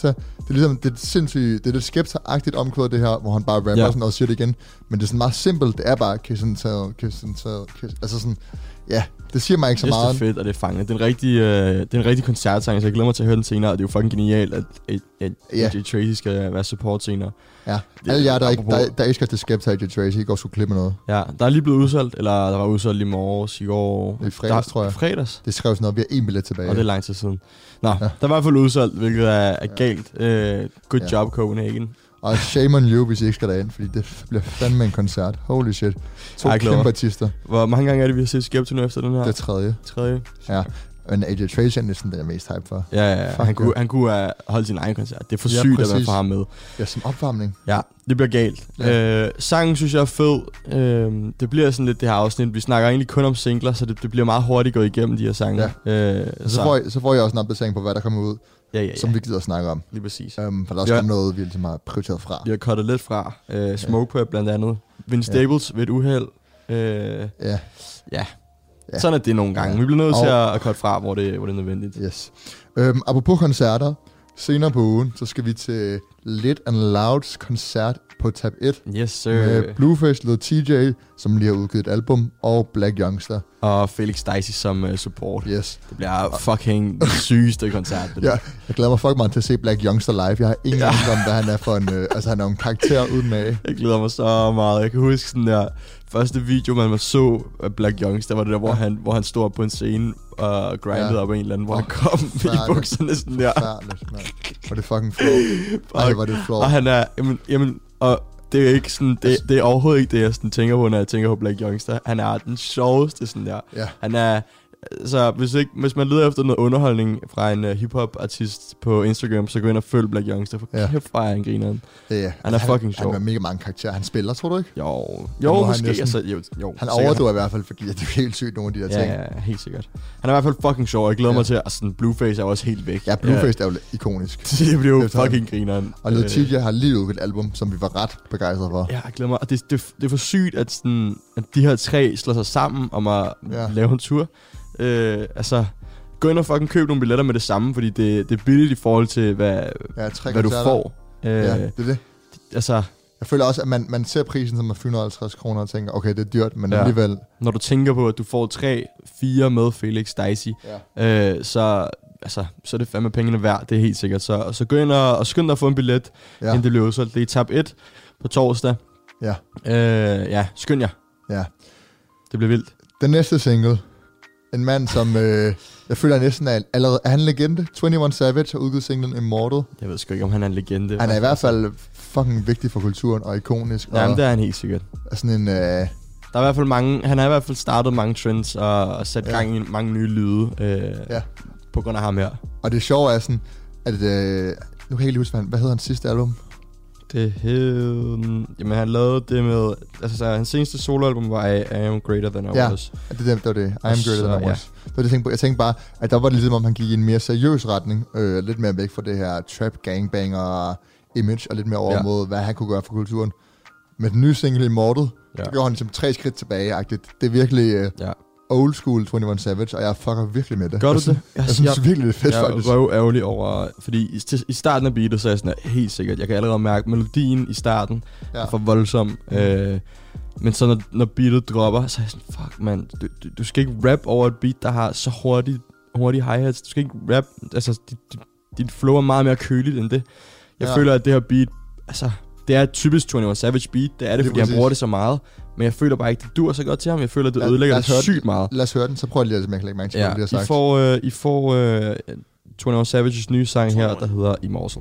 Det er ligesom, det er sindssygt, det er lidt Skepta-agtigt omkvædet det her, hvor han bare rapper ja. sådan, og siger det igen. Men det er sådan meget simpelt, det er bare kiss and tell, kiss and tell, kiss. Altså sådan, ja, det siger mig ikke så meget. Det er fedt, og det er fanget. Det er en rigtig, øh, det er en rigtig koncertsang, så jeg glæder mig til at høre den senere, og det er jo fucking genialt, at, at, at ja. A J Tracey skal være support senere. Ja, det, alle jer, der, ikke, der, der elsker det Skepta A J Tracey, I går skulle klippe noget. Ja, der er lige blevet udsolgt, eller der var udsolgt i morges, i går. I fredags, der, tror jeg. I fredags? Det skrev sådan noget, vi har en billet tilbage. Og det er lang tid siden. Nå, ja. Der er i hvert fald udsolgt, hvilket er, er galt. Uh, good ja. job, Copenhagen. Og shame on you, hvis I ikke skal derind, fordi det bliver fandme en koncert. Holy shit. To kæmpe artister. Hvor mange gange er det, vi har set Skepta nu efter den her? Det er tredje. Tredje. Ja. Men A J Tracey er næsten den, jeg er mest hype for. Ja, ja, ja. Han, kunne, han kunne have holdt sin egen koncert. Det er for ja, sygt, at man får ham med. Ja, som opvarmning. Ja, det bliver galt. Ja. Øh, sangen synes jeg er fed. Øh, det bliver sådan lidt det her afsnit. Vi snakker egentlig kun om singler, så det, det bliver meget hurtigt gået igennem de her sange. Ja. Øh, så, så, får jeg, så får jeg også en opdatering på, hvad der kommer ud, ja, ja, ja. som vi gider at snakke om. Lige præcis. Um, for der er også ja. noget, vi ligesom har prioriteret fra. Vi har cuttet lidt fra. Øh, Smoke ja. På blandt andet. Vince ja. Staples ved et uheld. Øh, ja. Ja. Ja. Sådan er det nogle gange. Ja. Vi bliver nødt til at, at cutte fra, hvor det, hvor det er nødvendigt. Yes. Øhm, apropos koncerter, senere på ugen, så skal vi til Lit and Louds koncert på Tab et. Yes, sir. Med Blueface, Lil T J, som lige har udgivet et album, og Black Youngster. Og Felix Dicey som uh, support. Yes. Det bliver fucking sygeste koncert. Det ja, jeg glæder mig fucking meget til at se Black Youngster live. Jeg har ingen ja. idé om, hvad han er for en... Øh, altså, han er en karakter uden mage. Jeg glæder mig så meget. Jeg kan huske sådan der... Første video, man så af Black Youngster, var det der, hvor, ja. han, hvor han stod på en scene og grindede ja. op af en eller anden, hvor oh, han kom i bukserne sådan der. Færdeligt, mand. Var det fucking flow. Ej, var det flow. Og han er... Jamen, jamen, og det er ikke sådan... Det, det er overhovedet ikke det, jeg sådan tænker på, når jeg tænker på Black Youngster. Han er den sjoveste sådan der. Ja. Han er... Så hvis, ikke, hvis man leder efter noget underholdning fra en uh, hip-hop-artist på Instagram, så gå ind og følg Black Youngster, for ja. kæft, hvor er han grineren. Ja, han er fucking sjov. Han har mega mange karakterer. Han spiller, tror du ikke? Jo, jo måske. Næsten, altså, jo, jo, han overdår i hvert fald, fordi det er helt sygt, nogle af de der ja, ting. Ja, helt sikkert. Han er i hvert fald fucking sjov, jeg glæder ja. mig til, at altså, Blueface er også helt væk. Ja, Blueface ja. er jo ikonisk. Det bliver jo fucking grineren. Og Lil T J har lige udgivet et album, som vi var ret begejstrede for. Ja, jeg glæder mig. Og det, det, det er for sygt, at, sådan, at de her tre slår sig sammen om at ja. lave en tur. Øh, altså, gå ind og fucking køb nogle billetter med det samme, fordi det, det er billigt i forhold til, hvad, ja, hvad du får. Øh, ja, det er det. Altså, jeg føler også, at man, man ser prisen som er fire hundrede og halvtreds kroner og tænker, okay, det er dyrt, men ja. alligevel... Når du tænker på, at du får tre, fire med Felix Dicey, ja. øh, så, altså, så er det fandme pengene værd, det er helt sikkert. Så, så gå ind og, og skynd dig at få en billet, ja. inden det bliver udsolgt. Det er Tab et på torsdag. Ja. Øh, ja, skynd jer. Ja. Det bliver vildt. Den næste single... En mand, som øh, jeg føler næsten er allerede... Er han en legende? enogtyve Savage har udgivet singlen Immortal. Jeg ved sgu ikke, om han er en legende. Han er i hvert fald fucking vigtig for kulturen og ikonisk. Jamen, og det er han helt sikkert. Er sådan en... Øh, der er i hvert fald mange... Han har i hvert fald startet mange trends og, og sat ja. gang i mange nye lyde øh, ja. på grund af ham her. Og det sjove er sådan, at... Øh, nu kan jeg ikke huske, hvad, hvad hedder hans sidste album? Det hed... Jamen, han lavede det med... Altså, hans seneste soloalbum var I Am Greater Than I ja, Was. Ja, det, det var det. I Am Greater Than I Was. Ja. Det var det, jeg tænkte på. Jeg tænkte bare, at der var det ligesom, om han gik i en mere seriøs retning. Øh, lidt mere væk fra det her trap, gangbang og image, og lidt mere over ja. mod, hvad han kunne gøre for kulturen. Med den nye single Immortal, ja. der gjorde han ligesom tre skridt tilbage-agtigt. Det er virkelig... Øh, ja. Old school enogtyve Savage, og jeg fucker virkelig med det. Gør du jeg synes, det? Jeg, jeg synes jeg, virkelig, det er fedt, jeg faktisk. Jeg var jo ærgerlig over... Fordi i, i starten af beatet, så er jeg sådan helt sikkert... Jeg kan allerede mærke, melodien i starten ja. er for voldsom. Mm. Øh, men så når, når beatet dropper, så er jeg sådan... Fuck, man. Du, du, du skal ikke rap over et beat, der har så hurtigt, hurtige hi-hats. Du skal ikke rap... Altså, dit, dit, dit flow er meget mere køligt end det. Jeg ja. føler, at det her beat... Altså, det er et typisk enogtyve Savage beat. Det er det, det fordi præcis. han bruger det så meget. Men jeg føler bare ikke, det dur så godt til ham. Jeg føler, at det ja, ødelægger det sygt meget. Lad os høre den, så prøv lige at lægge mærke til, ja, hvad de har sagt. I får, øh, I får øh, enogtyve Savages nye sang her, der hedder Immortal.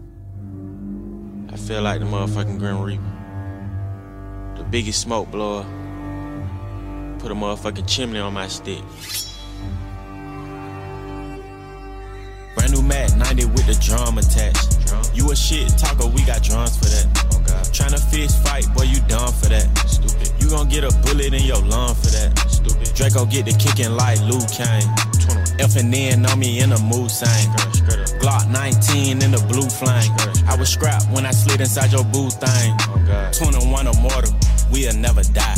I feel like the motherfucking Grim Reaper. The biggest smoke blower. Put a motherfucking chimney on my stick. Brand new Mac ninety with the drum attached. Drum. You a shit talker, we got drums for that. Oh God. Tryna fist fight, boy, you done for that. Stupid. You gon' get a bullet in your lung for that. Stupid. Draco get the kicking like Liu Kang. F and N on me in a mood sign. Glock nineteen in the blue flame. I was scrapped when I slid inside your boo thing. Oh God. twenty-one immortal, we'll never die.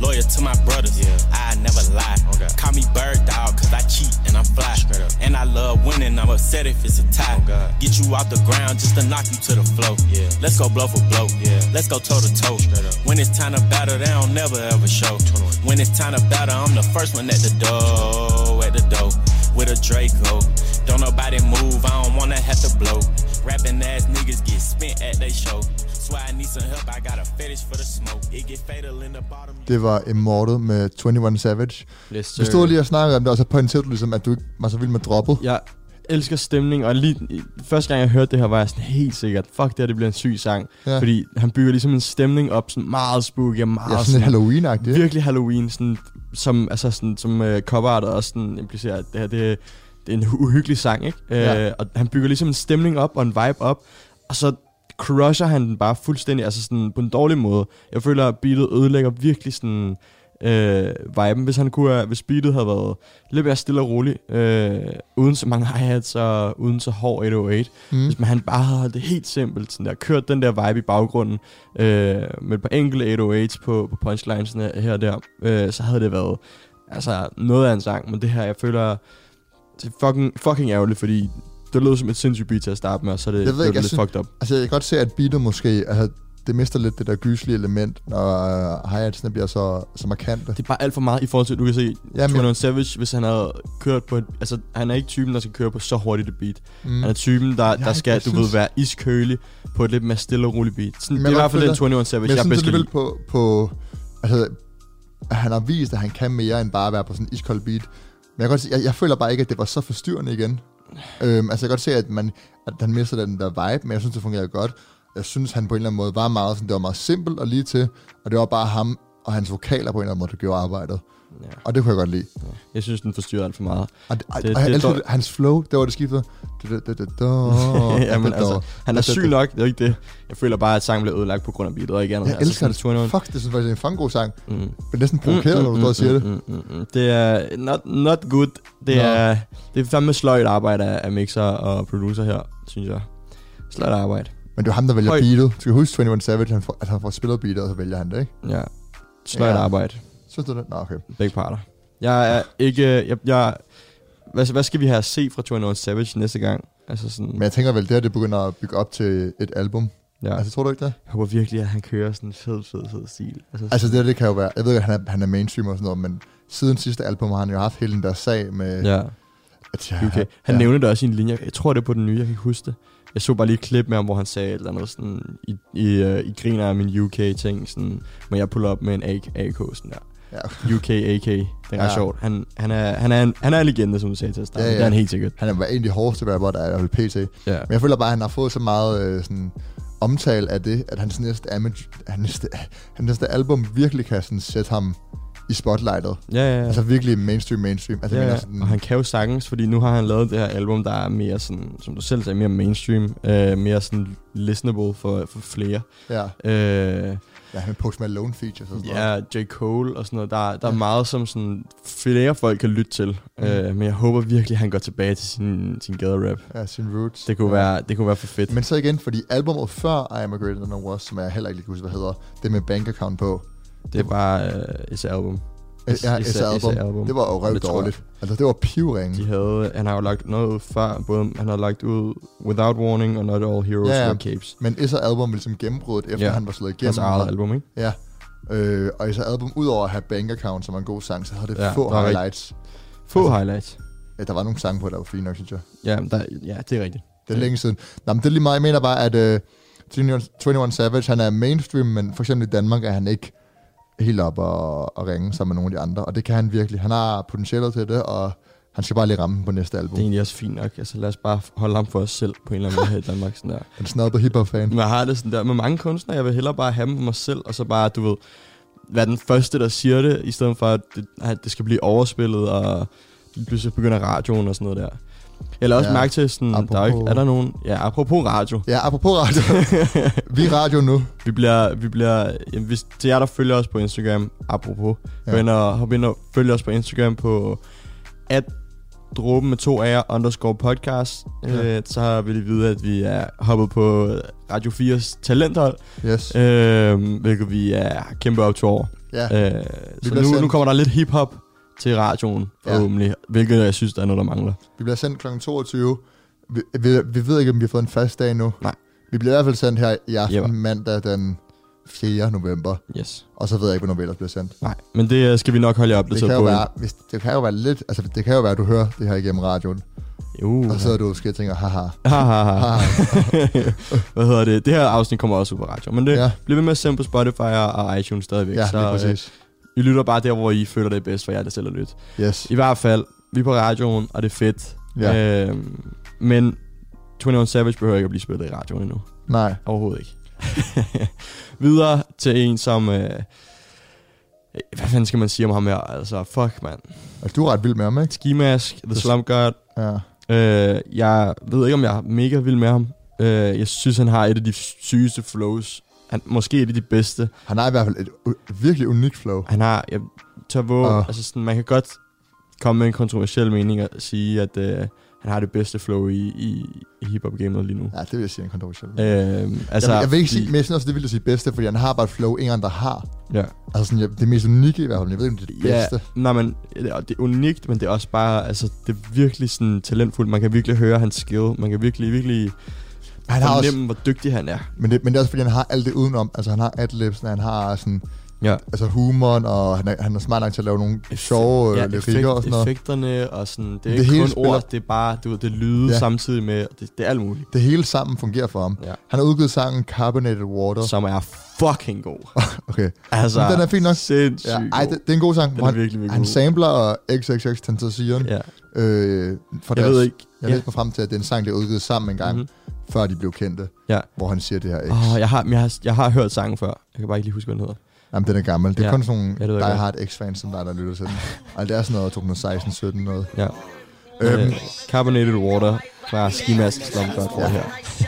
Loyal to my brothers, yeah. I never lie. Okay. Call me bird dog, cause I cheat and I'm fly. And I love winning, I'm upset if it's a tie. Okay. Get you off the ground just to knock you to the floor. Yeah. Let's go blow for blow. Yeah. Let's go toe to toe. When it's time to battle, they don't never ever show. When it's time to battle, I'm the first one at the door, at the door. With a Draco. Don't nobody move, I don't wanna have to blow. Rapping ass niggas get spent at they show. Swear I need some help, I got a fetish for the smoke. It get fatal in the bottom. Det var Immortal med enogtyve Savage. Yes, du stod lige og snakkede om det, og så pointerede du ligesom, at du ikke var så vild med droppet. Jeg elsker stemning, og lige første gang jeg hørte det her, var jeg sådan helt sikkert, fuck det her, det bliver en syg sang. Ja. Fordi han bygger ligesom en stemning op, sådan meget spooky og meget ja, sådan, sådan Halloween-agtigt. Virkelig Halloween, sådan, som, altså sådan, som uh, coverartet også sådan implicerer, at det her, det, det er en uhyggelig sang, ikke? Ja. Uh, og han bygger ligesom en stemning op og en vibe op, og så crusher han den bare fuldstændig, altså sådan på en dårlig måde. Jeg føler, at beatet ødelægger virkelig sådan øh, viben. Hvis han kunne, hvis beatet havde været lidt mere stille og roligt, øh, uden så mange hi-hats og uden så hård otte otte otte. Mm. Hvis man han bare havde holdt det helt simpelt, sådan der, kørt den der vibe i baggrunden, øh, med et par enkelte otte otte ottes på, på punchlinesene her og der, øh, så havde det været altså noget af en sang. Men det her, jeg føler, det er fucking, fucking ærgerligt, fordi det lød som et sindssygt beat til at starte med, og så er det, det, det lidt synes, fucked up. Altså, jeg kan godt se, at beatet måske, altså, det mister lidt det der gyslige element, når uh, hi-hatsene bliver så, så markante. Det er bare alt for meget i forhold til, du kan se, enogtyve Savage, hvis han havde kørt på et, altså, han er ikke typen, der skal køre på så hurtigt et beat. Mm. Han er typen, der, der skal, du synes... ved, være iskølig på et lidt mere stille og roligt beat. Sådan, det er i hvert fald den enogtyve Savage, jeg er bedst lide. På, på, altså, han har vist, at han kan mere end bare at være på sådan en iskold beat. Men jeg, godt, jeg, jeg føler bare ikke, at det var så forstyrrende igen. Øhm, altså jeg kan godt se, at, man, at han mister den der vibe, men jeg synes, det fungerede godt. Jeg synes, han på en eller anden måde var meget, sådan, det var meget simpelt og lige til, og det var bare ham og hans vokaler på en eller anden måde, der gjorde arbejdet. Ja. Og det kunne jeg godt lide. Ja. Jeg synes, den forstyrrer alt for meget. Og, det, og, det, og jeg elsker det, hans flow, det var det skiftede. Jamen, altså, han er syg nok, det er ikke det. Jeg føler bare, at sangen blev ødelagt på grund af beatet og ikke andet. Jeg elsker altså, det. Fuck, det synes faktisk, det er en fucking god sang. Mm. Men næsten provokeret, mm, når du står og siger det. Mm, mm, mm. Det er not, not good. Det no. er, det er fandme sløjt arbejde af mixer og producer her, synes jeg. Sløjt arbejde. Men det er ham, der vælger beatet. Du skal huske enogtyve Savage, han får, at han får spillet beatet, og så vælger han det, ikke? Ja. Sløjt ja. arbejde. Synes du det? Nå, okay. Begge parter. Jeg er ikke... Jeg, jeg, hvad, hvad skal vi have at se fra enogtyve Savage næste gang? Altså sådan... Men jeg tænker vel, det her, det begynder at bygge op til et album. Ja. Altså, tror du ikke det? Jeg håber virkelig, at han kører sådan en fed, fed, fed stil. Altså, altså det, det kan jo være... Jeg ved ikke, at han er, han er mainstream og sådan noget, men siden sidste album har han jo haft hele den der sag med... Ja. At, ja okay. Han ja. nævnte det også i en linje. Jeg tror, det er på den nye, jeg kan ikke huske det. Jeg så bare lige et klip med ham, hvor han sagde et eller andet sådan... I, i, uh, I griner af min U K-ting, sådan... Må jeg pulle op med en A K, sådan der. Ja. U K A K. Det er ret ja. sjovt. Han, han, er, han, er en, han er en legende, som du sagde til at starte. Ja, ja. Det er han helt sikkert. Han er en af de hårdeste rapper, der er P T. Ja. Men jeg føler bare, at han har fået så meget øh, sådan, omtale af det, at hans næste, image, hans næste, hans næste album virkelig kan sådan, sætte ham i spotlightet. Ja, ja, ja. Altså virkelig mainstream, mainstream. Altså, ja, mener, sådan, og han kan jo sagtens, fordi nu har han lavet det her album, der er mere sådan, som du selv sagde, mere mainstream. Øh, mere sådan listenable for, for flere. Ja. Øh, Ja, han Post Malone features og sådan noget. Ja, J. Cole og sådan noget. Der, der ja. er meget, som sådan flere folk kan lytte til. Mm. Uh, men jeg håber virkelig, at han går tilbage til sin, sin gaderap. Ja, sin roots. Det kunne, ja. være, det kunne være for fedt. Men så igen, fordi albumet før I Am A Greater Than I Was, som jeg heller ikke lige kan huske, hvad hedder, det med bank account på. Det er bare uh, et album. Is, ja, et album. album. Det var jo røvt dårligt. Altså, det var pivringen. De havde, han har jo lagt noget ud før, både han har lagt ud Without Warning og Not All Heroes ja, ja. Wear Capes. Men Is album ville ligesom gennembruddet, efter ja. han var slået igennem. Hans eget album, ikke? Ja. Øh, og Is album, udover at have Bank Account, som er en god sang, så havde det ja, få highlights. Få altså, highlights. Ja, der var nogle sange på, der var fine nok, synes jeg. Ja, der, ja det er rigtigt. Det er længe siden. Nå, men det er lige meget, jeg mener bare, at uh, enogtyve Savage, han er mainstream, men for eksempel i Danmark er han ikke helt op og, og ringe sammen med nogle af de andre, og det kan han virkelig. Han har potentialet til det, og han skal bare lige ramme på næste album. Det er egentlig også fint nok. Altså lad os bare holde ham for os selv på en eller anden måde her i Danmark. Sådan der. En snappet hiphop-fan. Men jeg har det sådan der med mange kunstnere. Jeg vil hellere bare have dem for mig selv, og så bare, du ved, være den første, der siger det, i stedet for, at det, at det skal blive overspillet, og pludselig begynder radioen og sådan noget der. Eller også ja. mærke til sådan, apropos. der er, ikke, er der nogen... Ja, apropos radio. Ja, apropos radio. Vi er radio nu. Vi bliver... Vi bliver jamen, hvis, til jer, der følger os på Instagram, apropos, ja. ind og, hop ind og følg os på Instagram på at dråben med to A'er underscore podcast. Ja. Øh, så vil I vide, at vi er hoppet på Radio fires talenthold. Yes. Øh, hvilket vi er kæmpe op til over. Ja. Øh, så nu, nu kommer der lidt hiphop til radioen, forhåbentlig, ja. Hvilket jeg synes, der er noget, der mangler. Vi bliver sendt klokken toogtyve. Vi, vi, vi ved ikke, om vi har fået en fast dag nu. Nej. Vi bliver i hvert fald sendt her i aften, Yep. mandag den fjerde november. Yes. Og så ved jeg ikke, hvornår vi ellers bliver sendt. Nej, men det skal vi nok holde jer opdateret på. Være, hvis, det kan jo være lidt... Altså, det kan jo være, at du hører det her igennem radioen. Jo. Og så er du måske og tænker, haha. Haha. Hvad hedder det? Det her afsnit kommer også ud på radio. Men det ja. bliver ved med at sende på Spotify og iTunes stadigvæk. Ja, så præcis. Øh, I lytter bare der, hvor I føler det er bedst for jer, der selv at lytte. Yes. I hvert fald, vi er på radioen, og det er fedt. Ja. Øh, men enogtyve Savage behøver ikke at blive spillet i radioen endnu. Nej. Overhovedet ikke. Videre til en, som... Øh, hvad fanden skal man sige om ham her? Altså, fuck, mand. Altså, du er ret vild med ham, ikke? Ski Mask, The Slump God. Ja. Øh, jeg ved ikke, om jeg er mega vild med ham. Øh, jeg synes, han har et af de sygeste flows. Han, måske et af de bedste. Han har i hvert fald et, et virkelig unikt flow. Han har... Jeg tør våge... Uh. Altså, sådan, man kan godt komme med en kontroversiel mening og sige, at... Øh, han har det bedste flow i, i, i hiphop-gamet lige nu. Ja, det vil jeg sige en kontroversiel. Øh, altså, jeg, jeg vil ikke fordi, sige, men jeg synes også, det vil jeg sige bedste, fordi han har bare et flow, ingen andre har. Ja. Altså sådan, jeg, det mest unikke i hvert fald, jeg ved ikke, om det er det ja, bedste. Nej, men det er, det er unikt, men det er også bare, altså, det er virkelig sådan talentfuldt. Man kan virkelig høre hans skill. Man kan virkelig, virkelig han har fornemme, også, hvor dygtig han er. Men det, men det er også, fordi han har alt det udenom. Altså, han har adlibsen, han har sådan... Ja. Altså humoren, og han er, han er smart nok til at lave nogle sjove ja, lyrikker effekt, og sådan noget. Effekterne og sådan, det er det ikke kun spiller, ord, det er bare, du ved, det lyde ja. samtidig med, det, det er alt muligt. Det hele sammen fungerer for ham. Ja. Han har udgivet sangen Carbonated Water. Som er fucking god. Okay. Altså, men den er fint nok. Sindssygt ja, ej, det, det er en god sang. Den er virkelig, virkelig han god. sampler og X X X Tentacion. Ja. Øh, for jeg deres, ved ikke. Jeg ja. læste mig frem til, at det er en sang, der er udgivet sammen en gang, mm-hmm. før de blev kendte. Ja. Hvor han siger det her X. Oh, jeg, har, jeg, har, jeg har hørt sangen før. Jeg kan bare ikke lige huske, hvad den hedder. Jamen, den er gammel. Det er ja. kun sådan nogle, ja, der har et X-fans, som der, der lytter til den. Og det er sådan noget to tusind og seksten sytten noget. Ja. Øhm. Uh, Carbonated Water fra Ski Mask Slump God ja. her.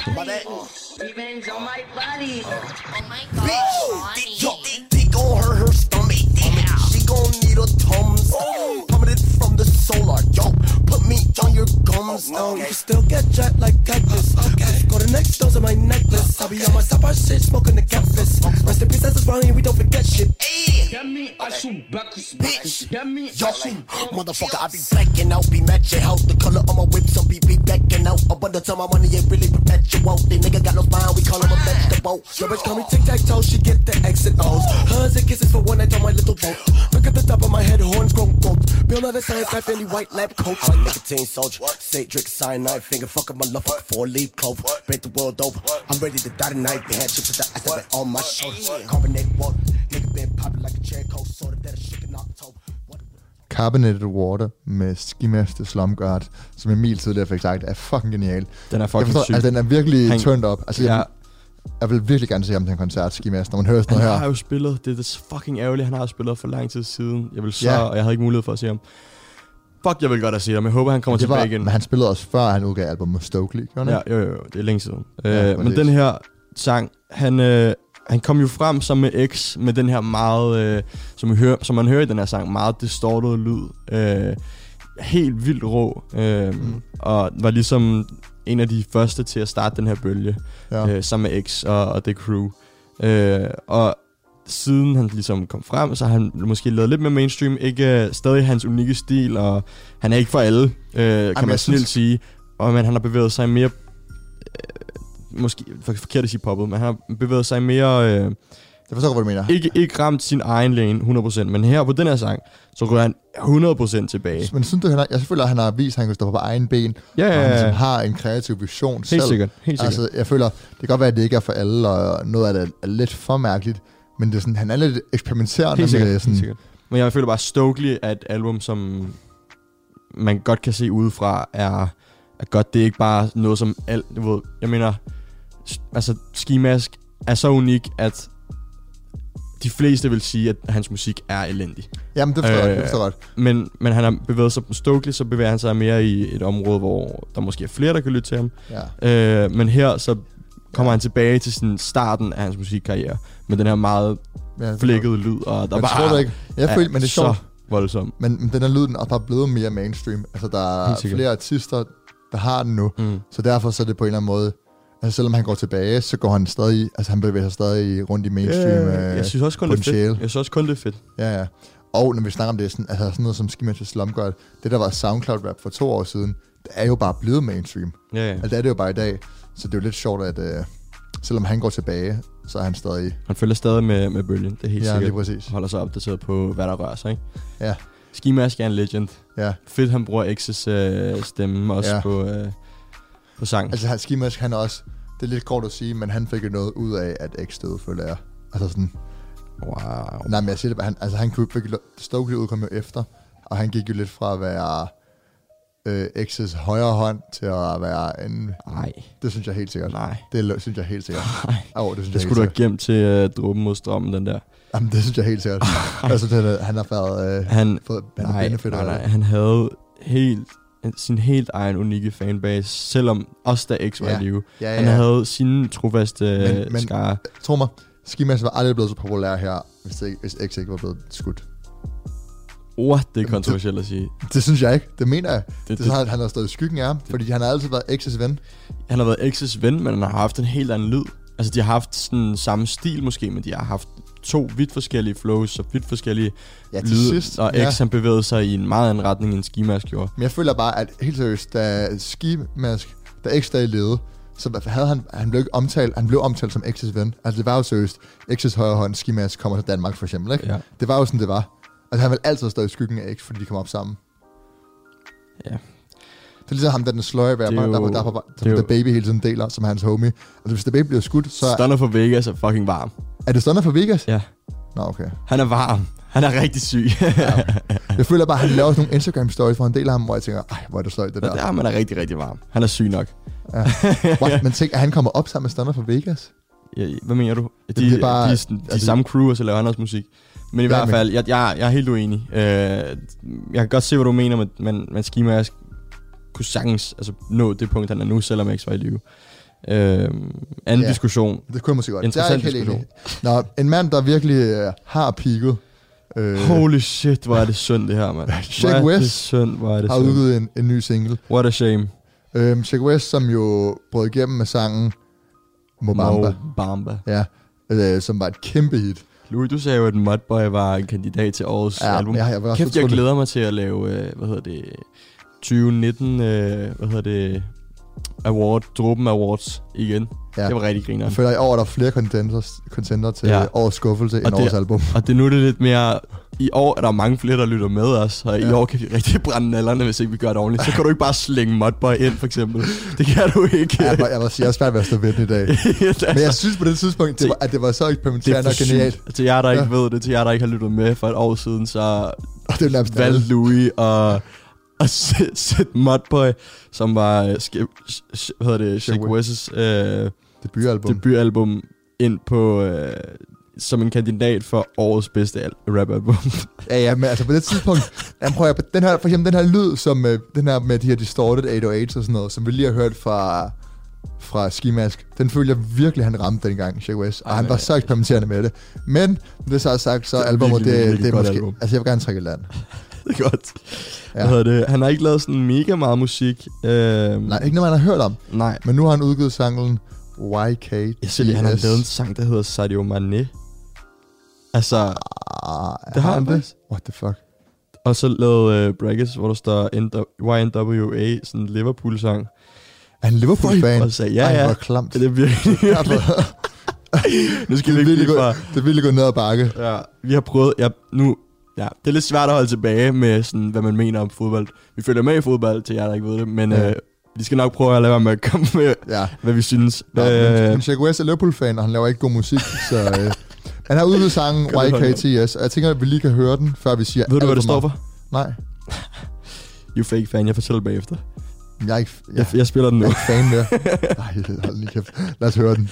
Solar, yo, put me on your gums. Okay. Oh, you can still get jacked like cactus. Okay. Just go to next dose of my necklace. I'll be on my supper shit, smoking the campus. Rest in peace, that's what's wrong, we don't forget shit. Hey. Bitch, yo, motherfucker, I be blacking out, be matching out. The color of my whip, some be be backing out. A bunch of time my money ain't really perpetual. They nigga got no spine, we call him a vegetable. Your bitch call me tic-tac-toe, she get the exit O's. Hugs and kisses for one night on my little boat. Look at the top of my head, horns grown gold. Build another science life, any white lab coat. I'm a nicotine soldier, Satrix, cyanide, finger fucking my love, fucking four leaf clove. Break the world over, I'm ready to die tonight. They had chips with the ice that on my shoulders. Carbonated water, nigga been popping like a cherry coke soda that I shook in October. Carbonated Water med Ski Mask The Slump God, som Emil tidligere fik sagt, er fucking genial. Den er fucking forstår, syg. Altså, den er virkelig Han, turned up. Altså, ja. jeg, jeg vil virkelig gerne se ham til en koncert, Ski Mask, når man hører sådan noget her. Han har jo spillet, det er det fucking ærgerligt, han har spillet for lang tid siden. Jeg vil så, ja. og jeg havde ikke mulighed for at se ham. Fuck, jeg vil godt at se ham. Jeg håber, han kommer det tilbage var, igen. Men han spillede også før, han udgav album med Stokely, gjorde han? Ja, jo, jo, jo, det er længe siden. Ja, øh, men den her sang, han... Øh, Han kom jo frem sammen med X med den her meget, øh, som, vi hører, som man hører i den her sang, meget distorted lyd. Øh, helt vildt rå. Øh, mm. Og var ligesom en af de første til at starte den her bølge. Ja. Øh, sammen med X og, og The Crew. Øh, og siden han ligesom kom frem, så har han måske lavet lidt mere mainstream. Ikke uh, stadig hans unikke stil, og han er ikke for alle, øh, kan Ej, man snilt synes... sige. Og, men han har bevæget sig mere... måske for, forkert at sige poppet, men han har bevæget sig mere... Øh, det forstår hvad du mener. Ikke, ikke ramt sin egen lane hundrede procent, men her på den her sang, så går han hundrede procent tilbage. Men synes du, han har, jeg selvfølgelig, at han har vist, at han kan stå på egen ben, ja, ja, ja. og han ligesom har en kreativ vision helt selv. Sikkert, helt sikkert. Altså, jeg føler, det kan godt være, at det ikke er for alle, og noget af det er lidt for mærkeligt, men det er sådan, han er lidt eksperimenterende helt sikkert, med sådan... Helt sikkert. Men jeg føler bare, Stokely er et album, som man godt kan se udefra, er, er godt. Det er ikke bare noget som alt, jeg, ved, jeg mener... Altså, Ski Mask er så unik, at de fleste vil sige, at hans musik er elendig. Jamen, det forstår jeg, øh, det forstår godt. Men, men han har bevæget sig på Stokely, så bevæger han sig mere i et område, hvor der måske er flere, der kan lytte til ham. Ja. Øh, men her, så kommer ja. han tilbage til sådan starten af hans musikkarriere, med den her meget ja, flækkede lyd, og der men bare tror ikke. Jeg føler, men det er så voldsomt. Men, men den her lyd, den er bare blevet mere mainstream. Altså, der er flere artister, der har den nu, mm. så derfor så er det på en eller anden måde... Altså selvom han går tilbage, så går han stadig, altså han bevæger sig stadig rundt i mainstream. Yeah, jeg synes også kun det er fedt. Jeg synes også kun det er fedt. Ja, ja. Og når vi snakker om det, sådan, altså sådan noget som Ski Mask Slum God, det der var SoundCloud rap for to år siden, det er jo bare blevet mainstream. Ja, ja. Altså det er det jo bare i dag. Så det er jo lidt sjovt, at uh, selvom han går tilbage, så er han stadig... Han følger stadig med, med bølgen, det er helt ja, sikkert. Ja, lige præcis. Holder sig opdateret på, hvad der rører sig, ikke? Ja. Ski Mask er en legend. Ja. Fedt, han bruger X's øh, stemme også ja. på, øh, på sang. Altså han, Ski Mask, han er også... Det er lidt kort at sige, men han fik jo noget ud af, at X døde, føler jeg. Altså sådan... Wow. Nej, men jeg siger det, han, altså han kunne fik... Stokely udkom jo efter, og han gik jo lidt fra at være... Øh, X's højre hånd til at være en... Nej. Det synes jeg helt sikkert. Nej. Det synes jeg helt sikkert. Nej. Oh, det synes det jeg skulle du have gemt til uh, dråben mod strømmen, den der. Jamen, det synes jeg helt sikkert. Altså, det, han har været... Øh, han, fået, nej, nej, nej, han havde helt... sin helt egen unikke fanbase, selvom også da X var ja. i live. Ja, ja, han ja. havde sine trofaste men, men, skare. Tro mig, Ski Mask var aldrig blevet så populær her, hvis, det, hvis X ikke var blevet skudt. What? Det er kontroversielt at sige. Det synes jeg ikke. Det mener jeg. Det, det, det, det, han har stået i skyggen af ham, fordi han har altid været X's ven. Han har været X's ven, men han har haft en helt anden lyd. Altså, de har haft sådan samme stil måske, men de har haft to vidt forskellige flows og vidt forskellige ja, lyde. Sidst, og X ja. han bevægede sig i en meget anden retning, end Ski Mask gjorde. Men jeg føler bare, at helt seriøst, da Ski Mask, da X stadig levede, så havde han, han blev ikke omtalt, han blev omtalt som X's ven. Altså det var jo seriøst, X's højre hånd, Ski Mask kommer til Danmark for eksempel, ikke? Ja. Det var jo sådan, det var. Altså han ville altid stå i skyggen af X, fordi de kom op sammen. Ja. Det er ligesom ham, der den sløje rapper, der, der, der, der, der, der Baby hele tiden deler, som er hans homie. Altså hvis The Baby bliver skudt, så... Stunner for Vegas er fucking varm. Er det Stunner for Vegas? Ja. Nå, okay. Han er varm. Han er rigtig syg. Ja. Jeg føler bare, at han laver sådan nogle Instagram-stories, hvor han deler ham, hvor jeg tænker, ej, hvor er det sløjt, det der. Ja, man er rigtig, rigtig varm. Han er syg nok. Ja. What? Men tænk, at han kommer op sammen med Stunner for Vegas? Ja, hvad mener du? De, det er bare, de, de, de altså, samme crew, og så laver han også musik. Men i ja, hvert fald, jeg, jeg, jeg er helt uenig. Uh, jeg kan godt se, hvad du mener, men, men, men Ski Mask kunne sagtens altså, nå det punkt, han er nu, selvom X var i live. Uh, anden ja, diskussion. Det kunne jeg måske godt. Interessant det er diskussion. Nå, en mand, der virkelig uh, har peaked. Uh, Holy shit, hvor er det synd det her, mand. Sheck Wes synd, hvor er det har synd. udgivet en, en ny single. What a shame. Uh, Sheck Wes, som jo brød igennem med sangen Mobamba. Mobamba. Ja, uh, som var et kæmpe hit. Louis, du sagde jo, at Mudboy var en kandidat til årets ja, album. Ja, jeg Kæft, jeg glæder mig til at lave, øh, hvad hedder det, tyve nitten, øh, hvad hedder det, award, Dråben Awards igen. Ja. Det var rigtig griner. Jeg føler, at i år er der flere contender til ja. årets skuffelse end årets album. Og det nu er det lidt mere... I år er der mange flere, der lytter med os, og ja. i år kan vi rigtig brænde nallerne, hvis ikke vi gør det ordentligt. Så kan du ikke bare slænge Mudboy ind, for eksempel. Det kan du ikke. Ja, jeg må sige, jeg er svært ved at stå ved i dag. Men jeg synes på det tidspunkt, det var, at det var så eksperimenterende og genialt. Til jer, der ikke ja. ved det, til jer, der ikke har lyttet med for et år siden, så og det er valgte Louis og... og sætte Mudboy, som var, hvad hedder det, Sheck Wes' øh, debutalbum. debutalbum, ind på, øh, som en kandidat for årets bedste rapalbum. ja, ja, men altså på det tidspunkt, jamen, prøv at, den her, for eksempel den her lyd, som øh, den her med de her distorted otte nul otte og sådan noget, som vi lige har hørt fra, fra Ski Mask, den føler jeg virkelig, han ramte dengang, Sheck Wes, og Ej, han var så eksperimenterende med det. Men, det så sagt, så albumet, det, det, det er måske, album. Altså jeg vil gerne trække et land. Det er godt. Ja. Hvad det? Han har ikke lavet sådan mega meget musik. Øhm, Nej, ikke noget, man har hørt om. Nej. Men nu har han udgivet sangen Y K T S. Jeg han har lavet en sang, der hedder Sadio Mane. Altså, ah, det har han det? What the fuck? Og så lavet uh, brackets, hvor der står Y N W A, sådan en Liverpool-sang. Er han Liverpool-fan? Ja, ja. Ej, hvor klamt. Det er virkelig. Nu skal det vi ikke gå. Det er virkelig gået ned ad bakke. Ja, vi har prøvet... Ja, nu... Ja, det er lidt svært at holde tilbage med, sådan, hvad man mener om fodbold. Vi følger med i fodbold, til jer, der ikke ved det, men ja. øh, vi skal nok prøve at lade være med at komme med, ja. hvad vi synes. Nå, øh, men Sheck Wes er Liverpool-fan, og han laver ikke god musik, så øh, han har udgivet sangen Y K T S, og jeg tænker, at vi lige kan høre den, før vi siger... Ved du, hvad det står for? Nej. You fake fan, jeg fortæller bagefter. Jeg er ikke... Jeg, jeg, jeg spiller den nu. Jeg er ikke fan mere. Nej, hold lige kæft. Lad os høre den.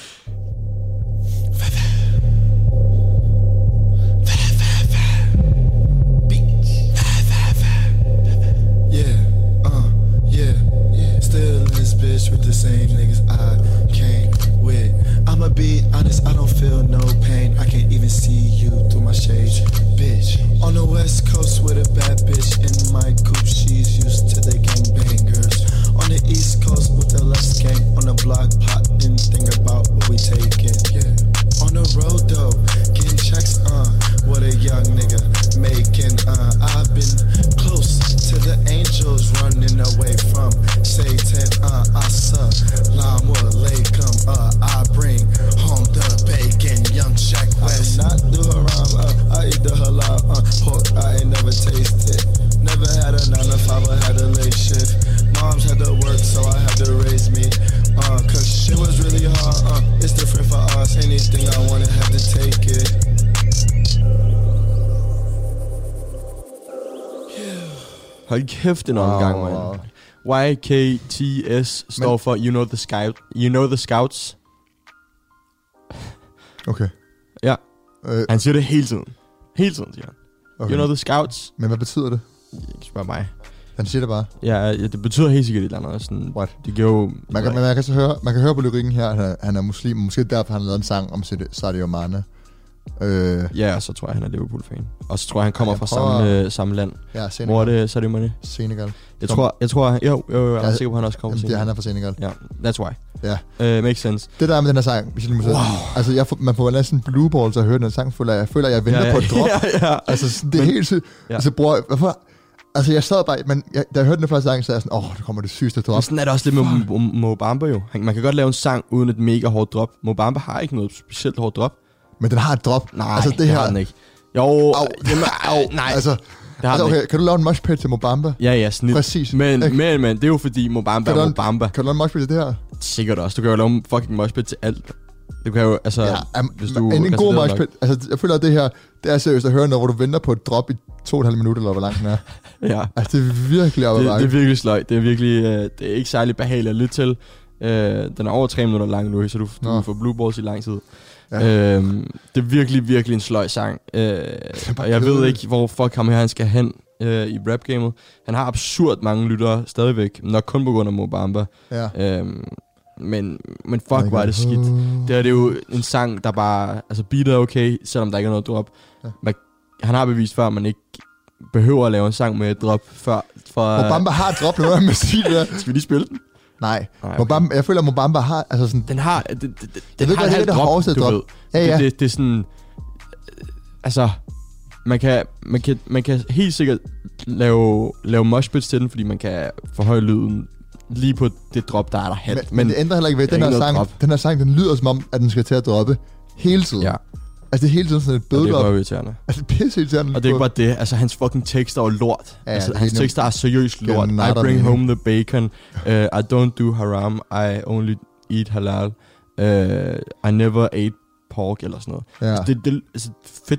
With the same niggas I came with. I'ma be honest, I don't feel no pain. I can't even see you through my shades, bitch. On the west coast with a bad bitch in my coupe, she's used to the gangbangers. On the east coast with the less gang on the block, potting Hold kæft en omgang, wow. man. Y K T S står Men, for You Know the Scout. You Know the Scouts. Okay. Ja. Øh. Han siger det hele tiden. Hele tiden, siger han. Okay. You Know the Scouts. Men hvad betyder det? Ikke spørg mig. Han siger det bare. Ja, ja, det betyder helt sikkert et eller andet. Sådan, What? Det gør jo... Man kan, man, man, kan så høre, man kan høre på lyrikken her, at han, han er muslim. Måske derfor han har lavet en sang om Sadio Mane. Øh. Ja, og så tror jeg, han er Liverpool-fan. Og så tror jeg, han kommer ja, fra samme, øh, samme land. Ja, Senegal. Hvor er det Sadio Mane? Senegal. Jeg Kom. tror, jeg tror, jo, jo, jo jeg er ja, sikker på, at han også kommer fra Senegal. Ja, han er fra Senegal. Ja, that's why. Ja. Uh, makes sense. Det der med den her sang, hvis jeg lige må sige, wow. Altså, jeg får, man får næsten blue balls at høre den her sang, føler jeg, jeg føler, at jeg venter ja, ja, på et drop. Ja, ja. Altså, sådan, det er men, helt sygt. Ja. Altså, bror, hvorfor... Altså, jeg sad bare, men jeg, da jeg hørte den første sang, så er jeg sådan, åh, oh, det kommer det sygeste drop. Men sådan er det også lidt med Mo Bamba jo. Man kan godt lave en sang uden et mega hårdt drop. Mo Bamba har ikke noget specielt hårdt drop. Men den har et drop. Nej, altså, det, det her... har den ikke. Jo, au, jamen, au, nej. Altså, altså okay, kan du lave en moshpit til Mo Bamba? Ja, ja, snit. Præcis. Men, men, men, det er jo fordi Mo Bamba er Mo Bamba. Kan du lave en moshpit til det her? Sikkert også. Du kan jo lave en fucking moshpit til alt. Du kan jo, altså, ja, um, hvis du... En, en god moshpit. Altså, jeg føler, at det her, det er seriøst at høre noget, hvor du venter på et drop i to og en halv minut, eller hvor langt den er. Ja. Altså, det er virkelig op ad det, det er virkelig sløjt. Det er virkelig, øh, det er ikke særlig behageligt at lytte til. Øh, den er over tre minutter lang nu, så du, du får blue balls i lang tid. Ja. Øhm, det er virkelig, virkelig en sløj sang. Øh, og jeg ved ikke, hvor fuck ham her han skal hen øh, i rap-gamet. Han har absurd mange lyttere stadigvæk, nok kun på grund af Mo Bamba. Ja. Øhm, men, men fuck, hvor er det skidt. Det er det jo en sang, der bare... Altså, beatet er okay, selvom der ikke er noget drop. Ja. Man, han har bevist før, at man ikke behøver at lave en sang med et drop før. For, Mo Bamba har et drop, når man siger det der. Skal vi lige spille den? Nej, Nej okay. Bamba, jeg føler, at Mo Bamba har... Altså sådan, den har... Det, det, det, den ved, har et halvt drop, du drop. ved. Ja, ja. Det, det, det er sådan... Altså... Man kan, man, kan, man kan helt sikkert lave, lave moshpits til den, fordi man kan forhøje lyden lige på det drop, der er der halvt. Men, men det ændrer heller ikke ved, den her, sang, den her sang, den lyder som om, at den skal til at droppe hele tiden. Ja. Altså, det er hele tiden sådan et bødler. Og det er bare irriterende. Altså, det er pisse irriterende. Og det er ikke bare det. Altså, hans fucking tekster er lort. Ja, altså, hans tekster er seriøst lort. I bring meaning. home the bacon. Uh, I don't do haram. I only eat halal. Uh, I never ate pork, eller sådan noget. Ja. Altså, det, det, altså, fedt.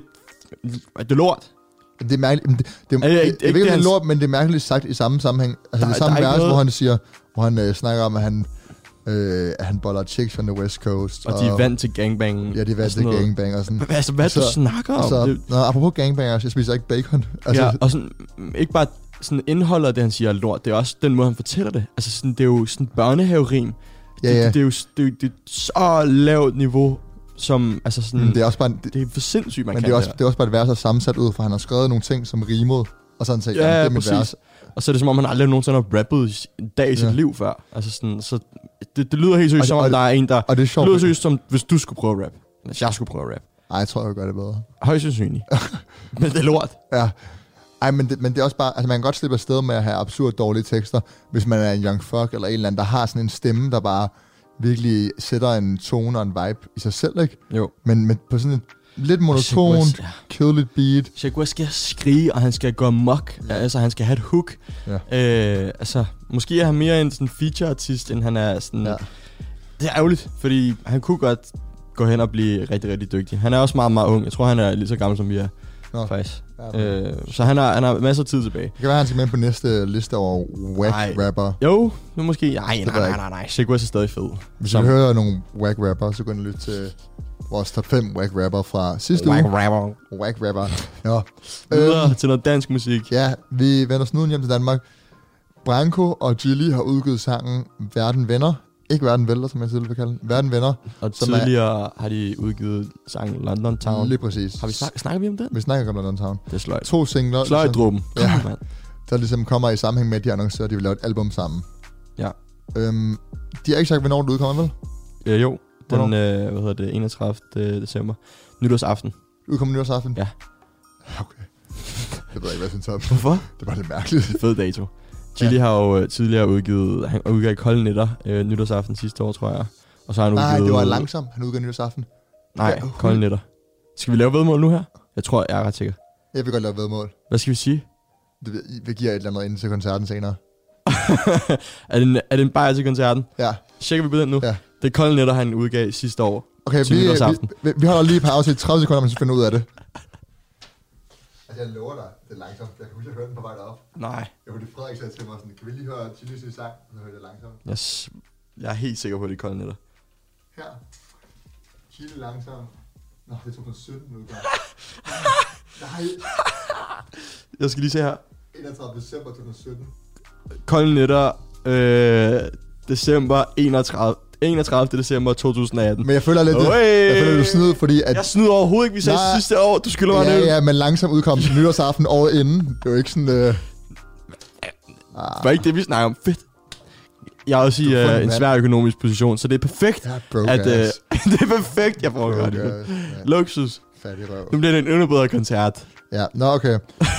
Det er lort. Det er mærkeligt. Det, det, det, jeg, jeg, jeg ved ikke, om det er lort, men det er mærkeligt sagt i samme sammenhæng. Altså, der, det samme vers, hvor han siger, hvor han øh, snakker om, at han... Øh, at han boller chicks from the West Coast. Og, og de er vant til gangbang. Ja, de er vant til gangbang og sådan. Hvad, altså, hvad så, du snakker om? Så, nå, apropos gangbang, jeg spiser ikke bacon. Altså, ja, og sådan, ikke bare sådan indholdet af det, han siger er lort, det er også den måde, han fortæller det. Altså, sådan, det er jo sådan børnehaverim. Ja, ja. Det, det, det, er jo det, er, det er så lavt niveau, som, altså sådan, mm, det er også bare, det, det er for sindssygt, man men kan det. Er også, det er også bare et vers, der er sammensat ud, for han har skrevet nogle ting, som rimede, og sådan set, ja, det er mit præcis. vers. Og så er det som om, han aldrig nogensinde har rappet en dag i sit ja. liv før. Altså sådan, så det, det lyder helt seriøst som om, der er en, der... Og det er sjovt. Det lyder seriøst som, hvis du skulle prøve at rap. Hvis jeg skulle prøve at rap. Ej, jeg tror, jeg vil gøre det bedre. Højst sandsynligt. Men det er lort. Ja. Ej, men det, men det er også bare... Altså, man kan godt slippe afsted med at have absurd dårlige tekster, hvis man er en young fuck eller en eller anden, der har sådan en stemme, der bare virkelig sætter en tone og en vibe i sig selv, ikke? Jo. Men, men på sådan en lidt monotont, ja. kedeligt beat. Sheck West skal skrige, og han skal gå amok. Ja. Altså, han skal have et hook. Ja. Øh, altså, måske er han mere en sådan feature-artist, end han er sådan... Ja. Det er ærgerligt, fordi han kunne godt gå hen og blive rigtig, rigtig dygtig. Han er også meget, meget ung. Jeg tror, han er lige så gammel, som vi er. Nå. Faktisk. Ja, øh, så han har, han har masser af tid tilbage. Det kan være, han skal med på næste liste over whack-rapper. Jo, nu måske. Nej, nej, nej, nej, nej. Sheck West er stadig fed. Hvis du hører nogle whack-rapper, så gå ind og lytte til vores top fem whack-rapper fra sidste whack uge. Whack-rapper. Whack-rapper. Ja. Videre øhm, til noget dansk musik. Ja, vi vender snuden hjem til Danmark. Branko og Gilly har udgivet sangen Verden Venner. Ikke Verden Vælter, som jeg tidligere vil kalde den. Verden Venner. Og tidligere er, har de udgivet sangen London Town. Lige præcis. Har vi snak, snakker vi om den? Vi snakker om London Town. Det er sløjt. To singler. Sløjtdruppen. Ja. Der ligesom kommer i sammenhæng med, at de annoncerer, at de vil lave et album sammen. Ja. Øhm, de har ikke sagt, hvornår det udkommer, vel? Ja, jo. Den, øh, hvad hedder det, enogtredivte december. Nytårsaften. Udkommer nytårsaften? Ja. Okay. Det ved jeg ikke, hvad jeg synes om. Hvorfor? Det var lidt mærkeligt. Fed dato. Chili ja. har jo tidligere udgivet, han udgav Kolde Nætter øh, nytårsaften sidste år, tror jeg. Og så har han udgivet... Nej, det var langsomt, han udgav nytårsaften. Nej, ja. Kolde Nætter. Skal vi lave vedmål nu her? Jeg tror, jeg er ret sikker. Jeg vil godt lave vedmål. Hvad skal vi sige? Det, vi giver et eller andet ind til koncerten senere. er, det en, er det en bajer til koncerten? Ja. Tjekker vi på den nu? Ja. Det er Kolde Nætter, han udgav sidste år. Okay, vi, vi, vi, vi holder lige på afsnit tredive sekunder, man skal finde ud af det. Altså, jeg lover dig, det er langsomt. Jeg kan huske, at høre den på vej derop. Nej. Jeg hørte Frederik sagde til mig sådan, kan vi lige høre Chili's nye sang? Så hørte jeg langsomt. Yes. Jeg er helt sikker på, at det er kolde nætter. Her. Chili langsomt. Nå, det er to tusind sytten nu. Nej. Jeg skal lige se her. enogtredivte december to tusind sytten. Kolde nætter. Øh, december enogtredivte enogtredivte december to tusind atten. Men jeg føler lidt, jeg føler, du snyder, fordi at... Jeg snyder overhovedet ikke, vi sagde nej, sidste år, du skylder mig ja, ja, ja, men langsomt udkom nytårsaften året inden. Det var ikke sådan... Øh... Ah. Det var ikke det, vi snakker om. Fedt. Jeg er også i uh, en, en svær økonomisk position, så det er perfekt. Ja, at, uh, det er perfekt, jeg får godt det. Ja. Luksus. Fattig røv. Nu bliver det en endnu bedre koncert. Ja, nå okay.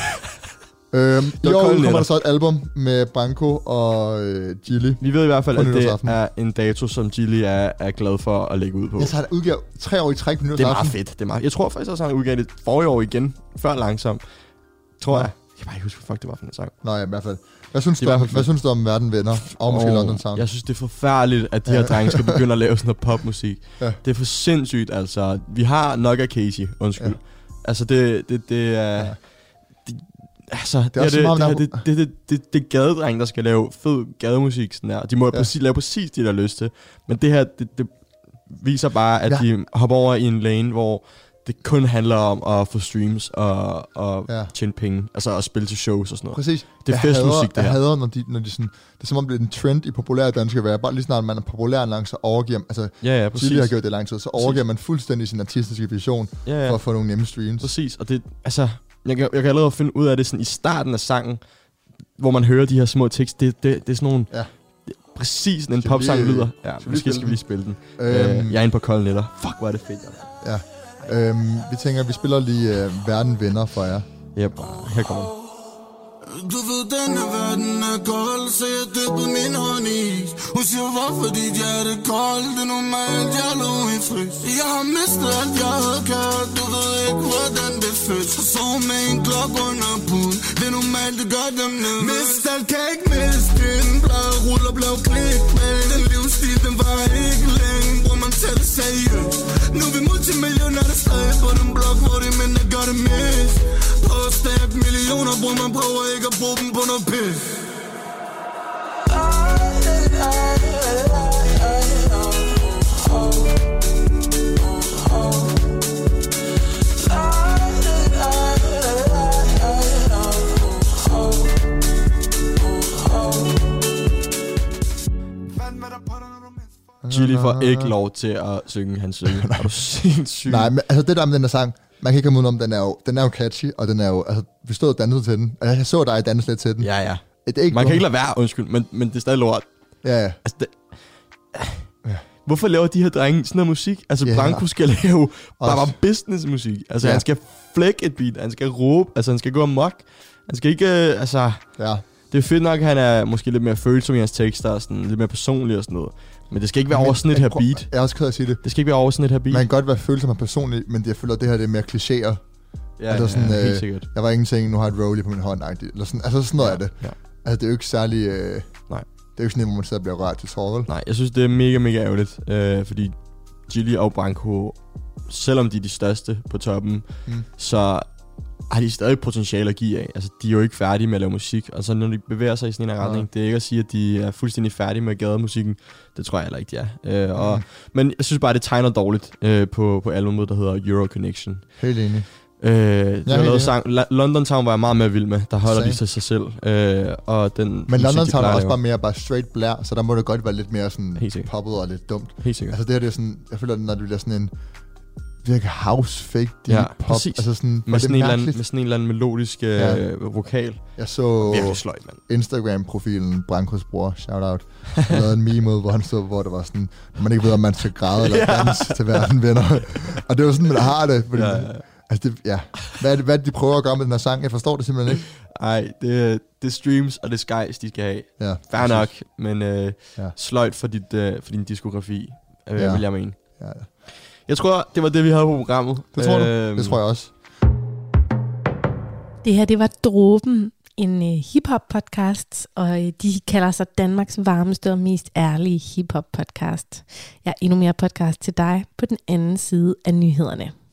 øhm, I år kommer der så et album med Branko og øh, Gilly. Vi ved i hvert fald, at det er en dato, som Gilly er, er glad for at lægge ud på. Ja, så har han udgivet tre år i træk på nytårsaften. Det er meget fedt. Det er meget. Jeg tror faktisk også, han udgav det forrige år igen, før langsomt. Tror ja. jeg. Jeg kan bare ikke huske, hvad fuck det var for en sang. Nå ja, i hvert fald. Hvad synes, du om, hvad synes du om Verden Venner? Og måske oh, London Town? Jeg synes, det er forfærdeligt, at de her drenge skal begynde at lave sådan noget popmusik. Ja. Det er for sindssygt, altså. Vi har nok af Casey, undskyld. Ja. Altså, det, det, det er... Ja. Det, altså, det, det, er det, det, det, det, det, det, det, det er gadedreng, der skal lave fed gademusik. Sådan der. De må ja. præcis, lave præcis det, der har lyst til. Men det her, det, det viser bare, at ja. de hopper over i en lane, hvor... det kun handler om at få streams og, og ja. tjene penge. Altså at spille til shows og sådan noget. Præcis. Det er festmusik, det her. Jeg hader, når de, når de sådan... Det er som om det er en trend i populære danske være. Bare lige snart man er populær langt, så overgiver man... Altså, ja, ja, præcis. Tidligere har gjort det lang tid, så overgiver præcis. man fuldstændig sin artistiske vision ja, ja. for at få nogle nemme streams. Præcis, og det... Altså, jeg kan, jeg kan allerede finde ud af det sådan i starten af sangen, hvor man hører de her små tekster. Det, det, det er sådan nogle... Ja. Præcis en popsang lyder. Ja, måske skal vi lige spille den. Øhm, jeg er inde på kolde nætter. Fuck, hvor er det fedt. Ja. Øhm, vi tænker, at vi spiller lige øh, Verden Venner for jer. Yep, her kommer den. Du ved, denne verden er kold, så jeg dypper min hånd i is. Hun siger, hvorfor dit hjerte er koldt? Det er normalt, jeg lå i frys. Jeg har mistet alt, jeg havde kørt. Du ved ikke, hvordan det føles. Så sov med en klok under puden. Det er normalt, det gør dem nervøs. Mist alt, kan ikke miste den. Blad ruller, blev klik. Men den livsstil, den var ikke længe. Hvor man tæller seriøst. Nu er vi multimillioner, der stadig på den blok, hvor de mænd, der gør det mest. På at stabe millioner, hvor man prøver ikke at bruge dem på noget pis. Gilly får ikke lov til at synge hans synge. Er du sindssygt? Nej, men altså det der med den der sang, man kan ikke komme ud om, den er jo, den er jo catchy, og den er jo, altså, vi stod og dansede til den. Altså, jeg så dig danse lidt til den. Ja, ja. Det er ikke man noget. kan ikke lade være, undskyld, men, men det er stadig lort. Ja, ja. Altså, det... ja. Hvorfor laver de her drenge sådan noget musik? Altså, yeah. Branko skal lave bare, bare business-musik. Altså, ja. han skal flække et beat, han skal råbe, altså, han skal gå amok. Han skal ikke, øh, altså... Ja. Det er fedt nok, at han er måske lidt mere følsom i hans tekster, og sådan, lidt mere personlig og sådan noget. Men det skal ikke være over sådan et her beat. Jeg er også ked af at sige det. Det skal ikke være over sådan et her beat. Man kan godt være følsom og personlig, men jeg føler, at det her det er mere klichéer. Ja, altså sådan, ja, helt øh, sikkert. Jeg var ingenting, nu har jeg et rollie på min hånd. Eller sådan, altså sådan noget ja, er det. Ja. Altså det er jo ikke særlig... Øh, Nej. Det er jo ikke sådan, hvor man sidder og bliver rørt til tårer. Nej, jeg synes, det er mega, mega ærgerligt. Øh, fordi Gilly og Branko, selvom de er de største på toppen, mm. så har de stadig potentiale at give af. Altså, de er jo ikke færdige med at lave musik. Altså, når de bevæger sig i sådan en retning, ja. det er ikke at sige, at de er fuldstændig færdige med gademusikken. Det tror jeg heller ikke, de er. Øh, og, mm. Men jeg synes bare, det tegner dårligt øh, på, på albumet, der hedder Euro Connection. Helt enig. Øh, de har lavet sang. London Town var jeg meget mere vild med. Der holder Same. de sig sig selv. Øh, og den Men musik, London Town er også bare mere bare straight blær, så der må det godt være lidt mere sådan poppet og lidt dumt. Helt sikkert. Altså det her, det er sådan, jeg føler, når det bliver sådan en virker house fake deep ja, pop. Altså sådan, med, sådan en eller anden, med sådan en eller anden melodisk ja. øh, vokal. Jeg så virkelig sløjt, mand. Instagram-profilen Brankos bror, shout out, lavede en meme ud, hvor han stod, hvor det var sådan, man ikke ved, om man skal græde eller danse ja. til Verden Venner. Og det var sådan, man har det. Fordi, ja, ja. Altså det, ja. Hvad er det, hvad er det, de prøver at gøre med den her sang? Jeg forstår det simpelthen ikke. Nej, det, det er streams og det er skies, de skal have. Ja, fair nok, men øh, ja. sløjt for, dit, øh, for din diskografi, øh, ja. vil jeg mene. Ja, ja. Jeg tror, det var det, vi havde på programmet. Det tror du? Øhm. Det tror jeg også. Det her, det var Dråben, en uh, hiphop-podcast, og uh, de kalder sig Danmarks varmeste og mest ærlige hiphop-podcast. Jeg har endnu mere podcast til dig på den anden side af nyhederne.